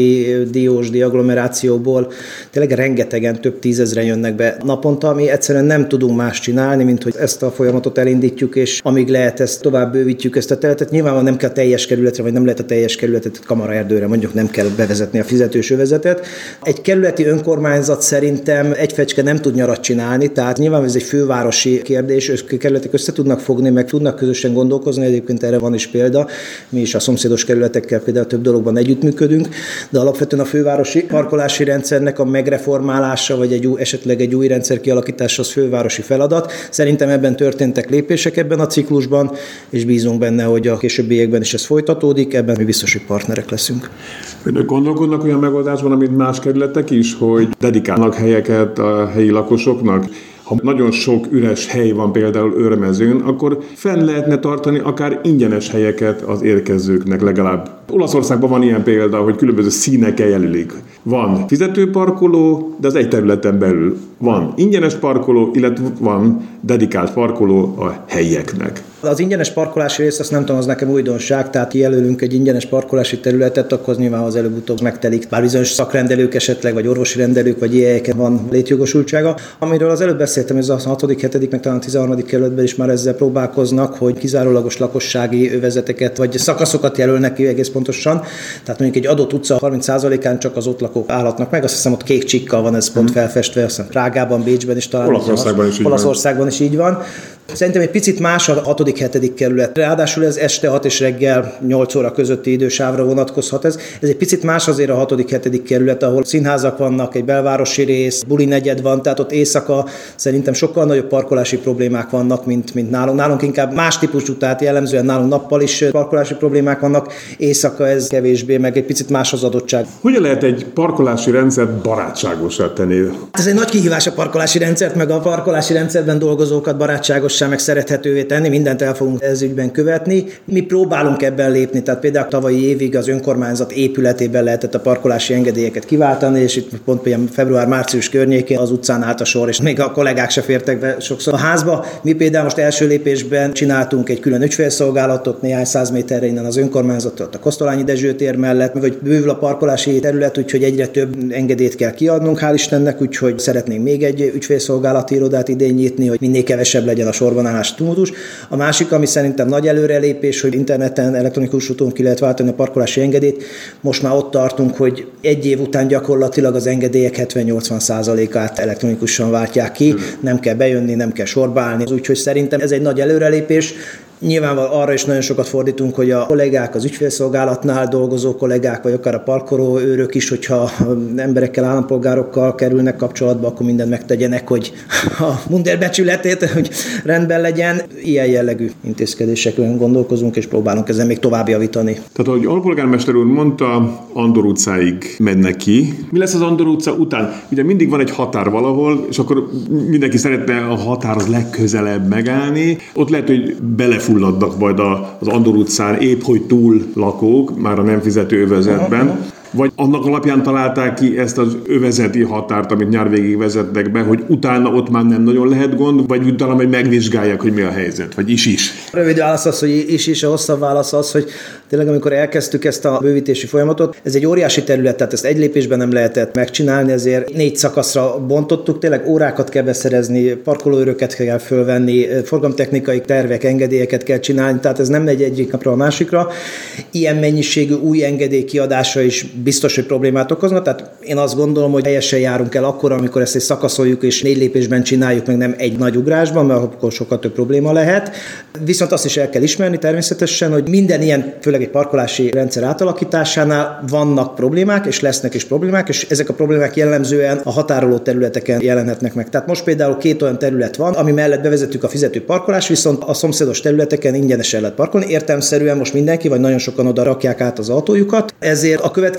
érdi agglomerációból tényleg rengetegen, több tízezren jönnek be naponta, ami egyszerűen nem tudunk más csinálni, mint hogy ezt a folyamatot elindítjuk, és amíg lehet, ezt tovább bővítjük ezt a területet. Nyilvánvalóan nem kell teljes kerületre, vagy nem lehet a teljes kerületet Kamaraerdőre, mondjuk nem kell bevezetni a fizetős övezetet. Egy kerületi önkormányzat szerintem egy fecske nem tud nyarat csinálni, tehát nyilván ez egy fővárosi kérdés, kerületek össze tudnak fogni, meg tudnak közösen gondolkozni, egyébként erre van is példa, mi is a szomszédos kerületekkel például több dologban együttműködünk, de alapvetően a fővárosi parkolási rendszernek a megreformálása, vagy esetleg egy új rendszer kialakítása az fővárosi feladat. Szerintem ebben történtek lépések ebben a ciklusban, és bízunk benne, hogy a későbbiekben is ez folytatódik, ebben mi biztos, hogy partnerek leszünk.
Önök gondolkodnak olyan megoldásban, amit más kerületek is, hogy dedikálnak helyeket a helyi lakosoknak? Ha nagyon sok üres hely van például Őrmezőn, akkor fenn lehetne tartani akár ingyenes helyeket az érkezőknek legalább. Olaszországban van ilyen példa, hogy különböző színekkel jelölik. Van fizetőparkoló, de az egy területen belül van ingyenes parkoló, illetve van dedikált parkoló a helyieknek.
Az ingyenes parkolási rész, azt nem tudom, az nekem újdonság, tehát kijelölünk egy ingyenes parkolási területet, akkor az nyilván az előbb-utóbb megtelik. Bár bizonyos szakrendelők esetleg, vagy orvosi rendelők, vagy ilyeneken van létjogosultsága. Amiről az előbb beszéltem, ez a 6., 7., meg talán 13. kerületben is már ezzel próbálkoznak, hogy kizárólagos lakossági övezeteket, vagy szakaszokat jelölnek ki egész pontosan. Tehát mondjuk egy adott utca 30%-án csak az ott lakók állhatnak meg, azt hiszem ott kék csikkal van ez pont felfestve, azt hiszem Prágában, Bécsben is talán. Olaszországban is így van. Szerintem egy picit más a 6., 7. kerület. Ráadásul ez este 6 és reggel 8 óra közötti idősávra vonatkozhat ez. Ez egy picit más azért a 6., 7. kerület, ahol színházak vannak, egy belvárosi rész, buli negyed van, tehát ott éjszaka szerintem sokkal nagyobb parkolási problémák vannak, mint nálunk. Nálunk inkább más típusú, tehát jellemzően nálunk nappal is parkolási problémák vannak, éjszaka ez kevésbé, meg egy picit más az adottság.
Hogyan lehet egy parkolási rendszert barátságosá tenni?
Ez egy nagy kihívás a parkolási rendszert, meg a parkolási rendszerben dolgozókat barátságos meg szerethetővé tenni, mindent el fogunk ez ügyben követni. Mi próbálunk ebben lépni, tehát például tavalyi évig az önkormányzat épületében lehetett a parkolási engedélyeket kiváltani, és itt pont például február-március környékén az utcán állt a sor, és még a kollégák se fértek be sokszor a házba. Mi például most első lépésben csináltunk egy külön ügyfélszolgálatot néhány 100 méterre innen az önkormányzattól, a Kosztolányi Dezső tér mellett, meg hogy bővül a parkolási terület, úgyhogy egyre több engedélyt kell kiadnunk, hál' Istennek, úgyhogy szeretnénk még egy ügyfélszolgálati irodát idén nyitni, hogy minél kevesebb legyen a sorbanálás tumultus. A másik, ami szerintem nagy előrelépés, hogy interneten, elektronikus úton ki lehet váltani a parkolási engedélyt. Most már ott tartunk, hogy egy év után gyakorlatilag az engedélyek 70-80%-át elektronikusan váltják ki, nem kell bejönni, nem kell sorba állni, úgyhogy szerintem ez egy nagy előrelépés. Nyilvánvalóan arra is nagyon sokat fordítunk, hogy a kollégák, az ügyfélszolgálatnál dolgozó kollégák, vagy akár a parkoló őrök is, hogyha emberekkel, állampolgárokkal kerülnek kapcsolatba, akkor mindent megtegyenek, hogy a mundérbecsületét, hogy rendben legyen. Ilyen jellegű intézkedésekről gondolkozunk, és próbálunk ezen még tovább javítani.
Tehát, ahogy alpolgármester úr mondta, Andor utcáig mennek ki. Mi lesz az Andor utca után? Ugye mindig van egy határ valahol, és akkor mindenki szeretne a határhoz legközelebb megállni. Ott lehet, hogy fulladnak majd az Andor utcán épp hogy túl lakók, már a nem fizető övezetben. Vagy annak alapján találták ki ezt az övezeti határt, amit nyár végig vezetnek be, hogy utána ott már nem nagyon lehet gond, vagy utána majd megvizsgálják, hogy mi a helyzet, vagy is.
A rövid válasz az, hogy is, a hosszabb válasz az, hogy tényleg amikor elkezdtük ezt a bővítési folyamatot, ez egy óriási terület, tehát ezt egy lépésben nem lehetett megcsinálni, ezért 4 szakaszra bontottuk, tényleg órákat kell beszerezni, parkolóőröket kell fölvenni, forgalomtechnikai tervek, engedélyeket kell csinálni, tehát ez nem megy egyik napra a másikra. Ilyen mennyiségű új engedély kiadása is biztos, hogy problémát okozna, tehát én azt gondolom, hogy helyesen járunk el akkor, amikor ezt egy szakaszoljuk és 4 lépésben csináljuk, meg nem egy nagy ugrásban, mert akkor sokkal több probléma lehet. Viszont azt is el kell ismerni természetesen, hogy minden ilyen, főleg egy parkolási rendszer átalakításánál vannak problémák, és lesznek is problémák, és ezek a problémák jellemzően a határoló területeken jelenhetnek meg. Tehát most például 2 olyan terület van, ami mellett bevezettük a fizető parkolást, viszont a szomszédos területeken ingyenesen lehet parkolni. Értelemszerűen most mindenki, vagy nagyon sokan oda rakják át az autójukat. Ezért a következő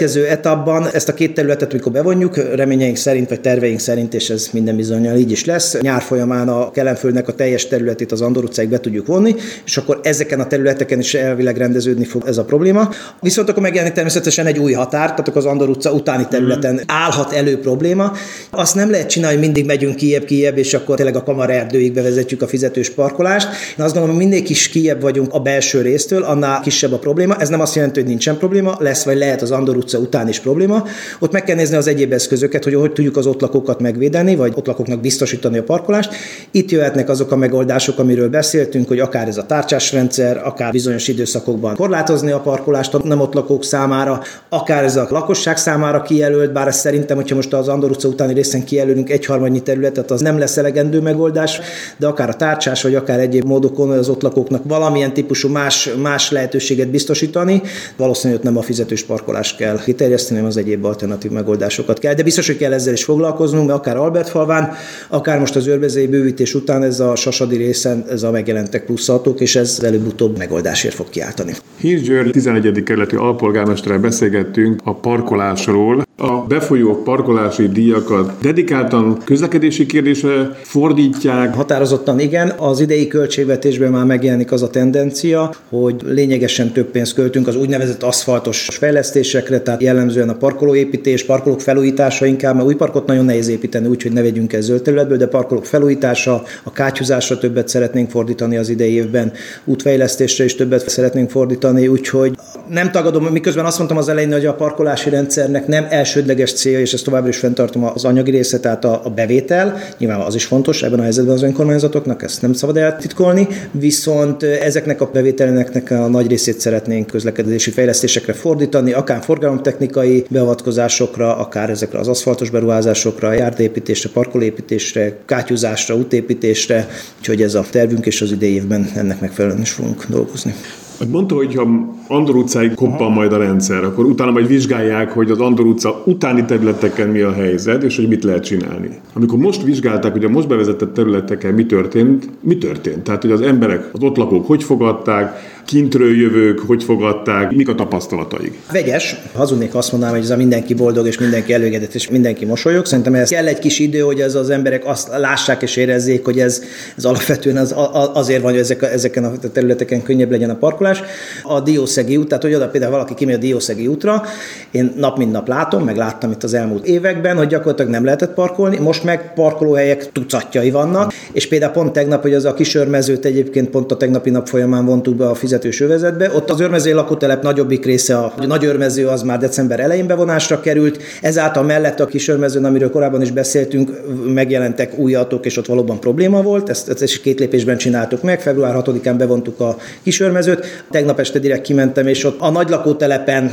következő etapban ezt a két területet, amikor bevonjuk, reményeink szerint, vagy terveink szerint, és ez minden bizonnyal így is lesz, nyár folyamán a Kelenföldnek a teljes területét az Andor utcáig be tudjuk vonni, és akkor ezeken a területeken is elvileg rendeződni fog ez a probléma. Viszont akkor megjelenik természetesen egy új határ, tehát az Andor utca utáni területen állhat elő probléma. Azt nem lehet csinálni, hogy mindig megyünk kijebb, és akkor tényleg a Kamaraerdőig bevezetjük a fizetős parkolást. Én azt gondolom, hogy minél kis kijebb vagyunk a belső résztől, annál kisebb a probléma. Ez nem azt jelenti, hogy nincsen probléma, lesz vagy lehet az Andor utca után is probléma. Ott meg kell nézni az egyéb eszközöket, hogy tudjuk az ott lakókat megvédeni, vagy ott lakóknak biztosítani a parkolást. Itt jöhetnek azok a megoldások, amiről beszéltünk, hogy akár ez a tárcsás rendszer, akár bizonyos időszakokban korlátozni a parkolást a nem ott lakók számára, akár ez a lakosság számára kijelölt, bár ez szerintem, hogyha most az Andor utca utáni részen kijelölünk egyharmadnyi területet, az nem lesz elegendő megoldás, de akár a tárcsás, vagy akár egyéb módokon az ott lakóknak valamilyen típusú más lehetőséget biztosítani. Valószínűleg nem a fizetős parkolást kell kiterjeszteni, hanem az egyéb alternatív megoldásokat kell. De biztos, hogy kell ezzel is foglalkoznunk, mert akár Albertfalván, akár most az őrbezei bővítés után ez a Sasadi részen ez a megjelentek plusz autók, és ez előbb-utóbb megoldásért fog kiáltani.
Hirsch György 11. kerületi alpolgármesterrel beszélgettünk a parkolásról. A befolyó parkolási díjakat dedikáltan közlekedési kérdésre fordítják?
Határozottan igen. Az idei költségvetésben már megjelenik az a tendencia, hogy lényegesen több pénzt költünk az úgynevezett aszfaltos fejlesztésekre, tehát jellemzően a parkolóépítés, parkolók felújítása inkább, mert új parkot nagyon nehéz építeni, úgyhogy ne vegyünk el zöld területből, de parkolók felújítása, a kátyúzásra többet szeretnénk fordítani az idei évben, útfejlesztésre is többet szeretnénk fordítani, úgyhogy nem tagadom, miközben azt mondtam az elején, hogy a parkolási rendszernek nem elsődleges célja, és ezt továbbra is fenntartom az anyagi része, tehát a bevétel, nyilván az is fontos ebben a helyzetben az önkormányzatoknak, ezt nem szabad eltitkolni, viszont ezeknek a bevételeknek a nagy részét szeretnénk közlekedési fejlesztésekre fordítani, akár forgalomtechnikai beavatkozásokra, akár ezekre az aszfaltos beruházásokra, járdaépítésre, parkolóépítésre, kátyúzásra, útépítésre, úgyhogy ez a tervünk, és az idei évben ennek megfelelően is fogunk dolgozni.
Mondta, hogy ha Andor utcáig koppan majd a rendszer, akkor utána majd vizsgálják, hogy az Andor utca utáni területeken mi a helyzet, és hogy mit lehet csinálni. Amikor most vizsgálták, hogy a most bevezetett területeken mi történt? Tehát, hogy az emberek, az ott lakók hogy fogadták, kintről jövők, hogy fogadták, mik a tapasztalataik?
Vegyes. Hazudnék, azt mondanám, hogy ez a mindenki boldog, és mindenki elégedett, és mindenki mosolyog. Szerintem ez kell egy kis idő, hogy ez az emberek azt lássák és érezzék, hogy ez alapvetően azért van, hogy ezeken a területeken könnyebb legyen a parkolás. A Diószegi út, tehát hogy oda például valaki kimegy a Diószegi útra, én nap mint nap látom, meg láttam itt az elmúlt években, hogy gyakorlatilag nem lehetett parkolni, most meg parkolóhelyek tucatjai vannak, és például pont tegnap, hogy az a Kisörmezőt egyébként pont a tegnapi nap folyamán vontuk be a fizetős övezetbe, ott az Őrmezői lakótelep nagyobbik része, a Nagyőrmező az már december elején bevonásra került, ezáltal mellett a Kisörmezőn, amiről korábban is beszéltünk, megjelentek új autók, és ott valóban probléma volt, ezt is 2 lépésben csináltuk meg, február 6-án bevontuk a Kisörmezőt, tegnap este direkt kimentem, és ott a nagy lakótelepen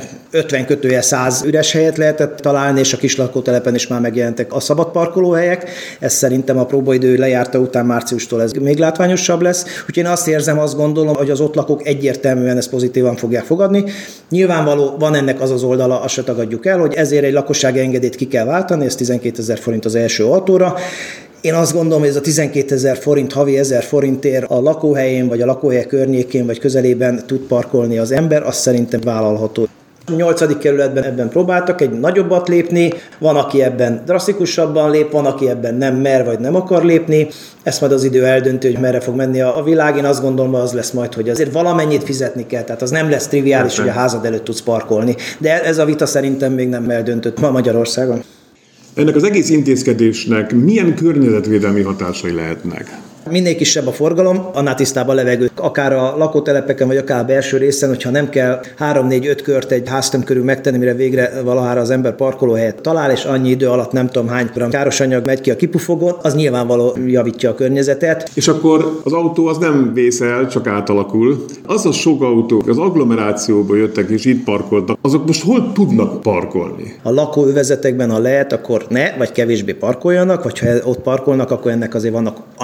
50-100 üres helyet lehetett találni, és a kis lakótelepen is már megjelentek a szabad parkolóhelyek. Ez szerintem a próbaidő lejárta után márciustól ez még látványosabb lesz. Úgyhogy én azt érzem, azt gondolom, hogy az ott lakók egyértelműen ezt pozitívan fogják fogadni. Nyilvánvaló van ennek az oldala, azt se tagadjuk el, hogy ezért egy lakossági engedélyt ki kell váltani, ez 12 000 forint az első autóra. Én azt gondolom, hogy ez a 12 000 forint, havi 1000 forintért a lakóhelyén, vagy a lakóhely környékén, vagy közelében tud parkolni az ember, azt szerintem vállalható. A 8. kerületben ebben próbáltak egy nagyobbat lépni, van, aki ebben drasztikusabban lép, van, aki ebben nem mer vagy nem akar lépni. Ezt majd az idő eldönti, hogy merre fog menni a világ. Én azt gondolom, az lesz majd, hogy azért valamennyit fizetni kell, tehát az nem lesz triviális, hogy a házad előtt tudsz parkolni. De ez a vita szerintem még nem eldöntött ma Magyarországon.
Ennek az egész intézkedésnek milyen környezetvédelmi hatásai lehetnek?
Minél kisebb a forgalom, annál tisztább a levegő. Akár a lakótelepeken, vagy akár a belső részen, hogyha nem kell 3-4-5 kört egy háztömb körül megtenni, mire végre valahára az ember parkolóhelyet talál, és annyi idő alatt nem tudom hány gram káros anyag megy ki a kipufogon, az nyilvánvaló javítja a környezetet.
És akkor az autó az nem vész el, csak átalakul. Az a sok autó, az agglomerációból jöttek és itt parkoltak, azok most hol tudnak parkolni?
A lakóövezetekben, ha lehet, akkor ne, vagy kevésbé parkoljanak, vagy ha ott parkolnak, akkor ennek azért vannak anyagi következményei.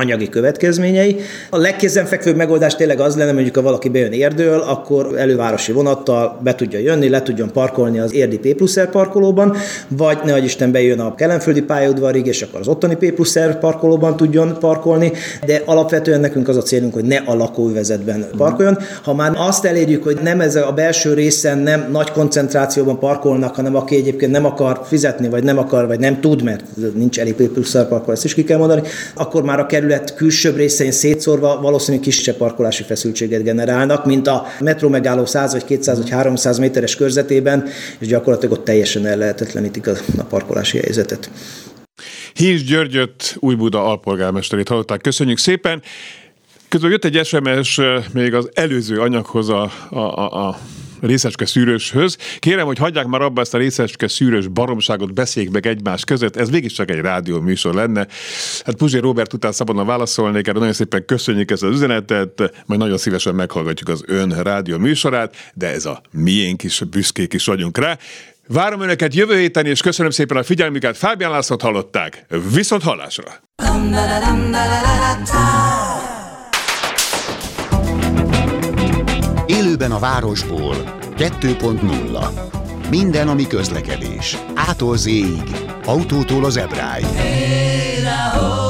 következményei. A legkézenfekvőbb megoldás tényleg az lenne, mondjuk ha valaki bejön Érdől, akkor elővárosi vonattal be tudja jönni, le tudjon parkolni az érdi P+R parkolóban, vagy nehogy Isten bejön a kelenföldi pályaudvarig, és akkor az ottani P+R parkolóban tudjon parkolni, de alapvetően nekünk az a célunk, hogy ne a lakóövezetben parkoljon. Ha már azt elérjük, hogy nem ez a belső részen nem nagy koncentrációban parkolnak, hanem aki egyébként nem akar fizetni, vagy nem akar, vagy nem tud, mert nincs elég P+R parkoló, ezt is ki kell mondani, akkor már a kerület külsőbb részein szétszórva valószínűleg kisebb parkolási feszültséget generálnak, mint a metró megálló 100 vagy 200 vagy 300 méteres körzetében, és gyakorlatilag ott teljesen ellehetetlenítik a parkolási helyzetet.
Hincs Györgyöt, Újbuda alpolgármesterét hallották. Köszönjük szépen! Közben jött egy SMS még az előző anyaghoz a részecske szűrőshöz. Kérem, hogy hagyják már abba ezt a részecske szűrős baromságot, beszéljék meg egymás között. Ez végig csak egy rádió műsor lenne. Hát Puzsér Róbert után szabadon válaszolnék, erre nagyon szépen köszönjük ezt az üzenetet, majd nagyon szívesen meghallgatjuk az ön rádió műsorát, de ez a miénk is, büszkék is vagyunk rá. Várom önöket jövő héten, és köszönöm szépen a figyelmüket. Fábián Lászlót hallották. Viszont hallásra!
Élőben a városból 2.0. Minden, ami közlekedés. A-tól Z-ig. Autótól az Ebráig.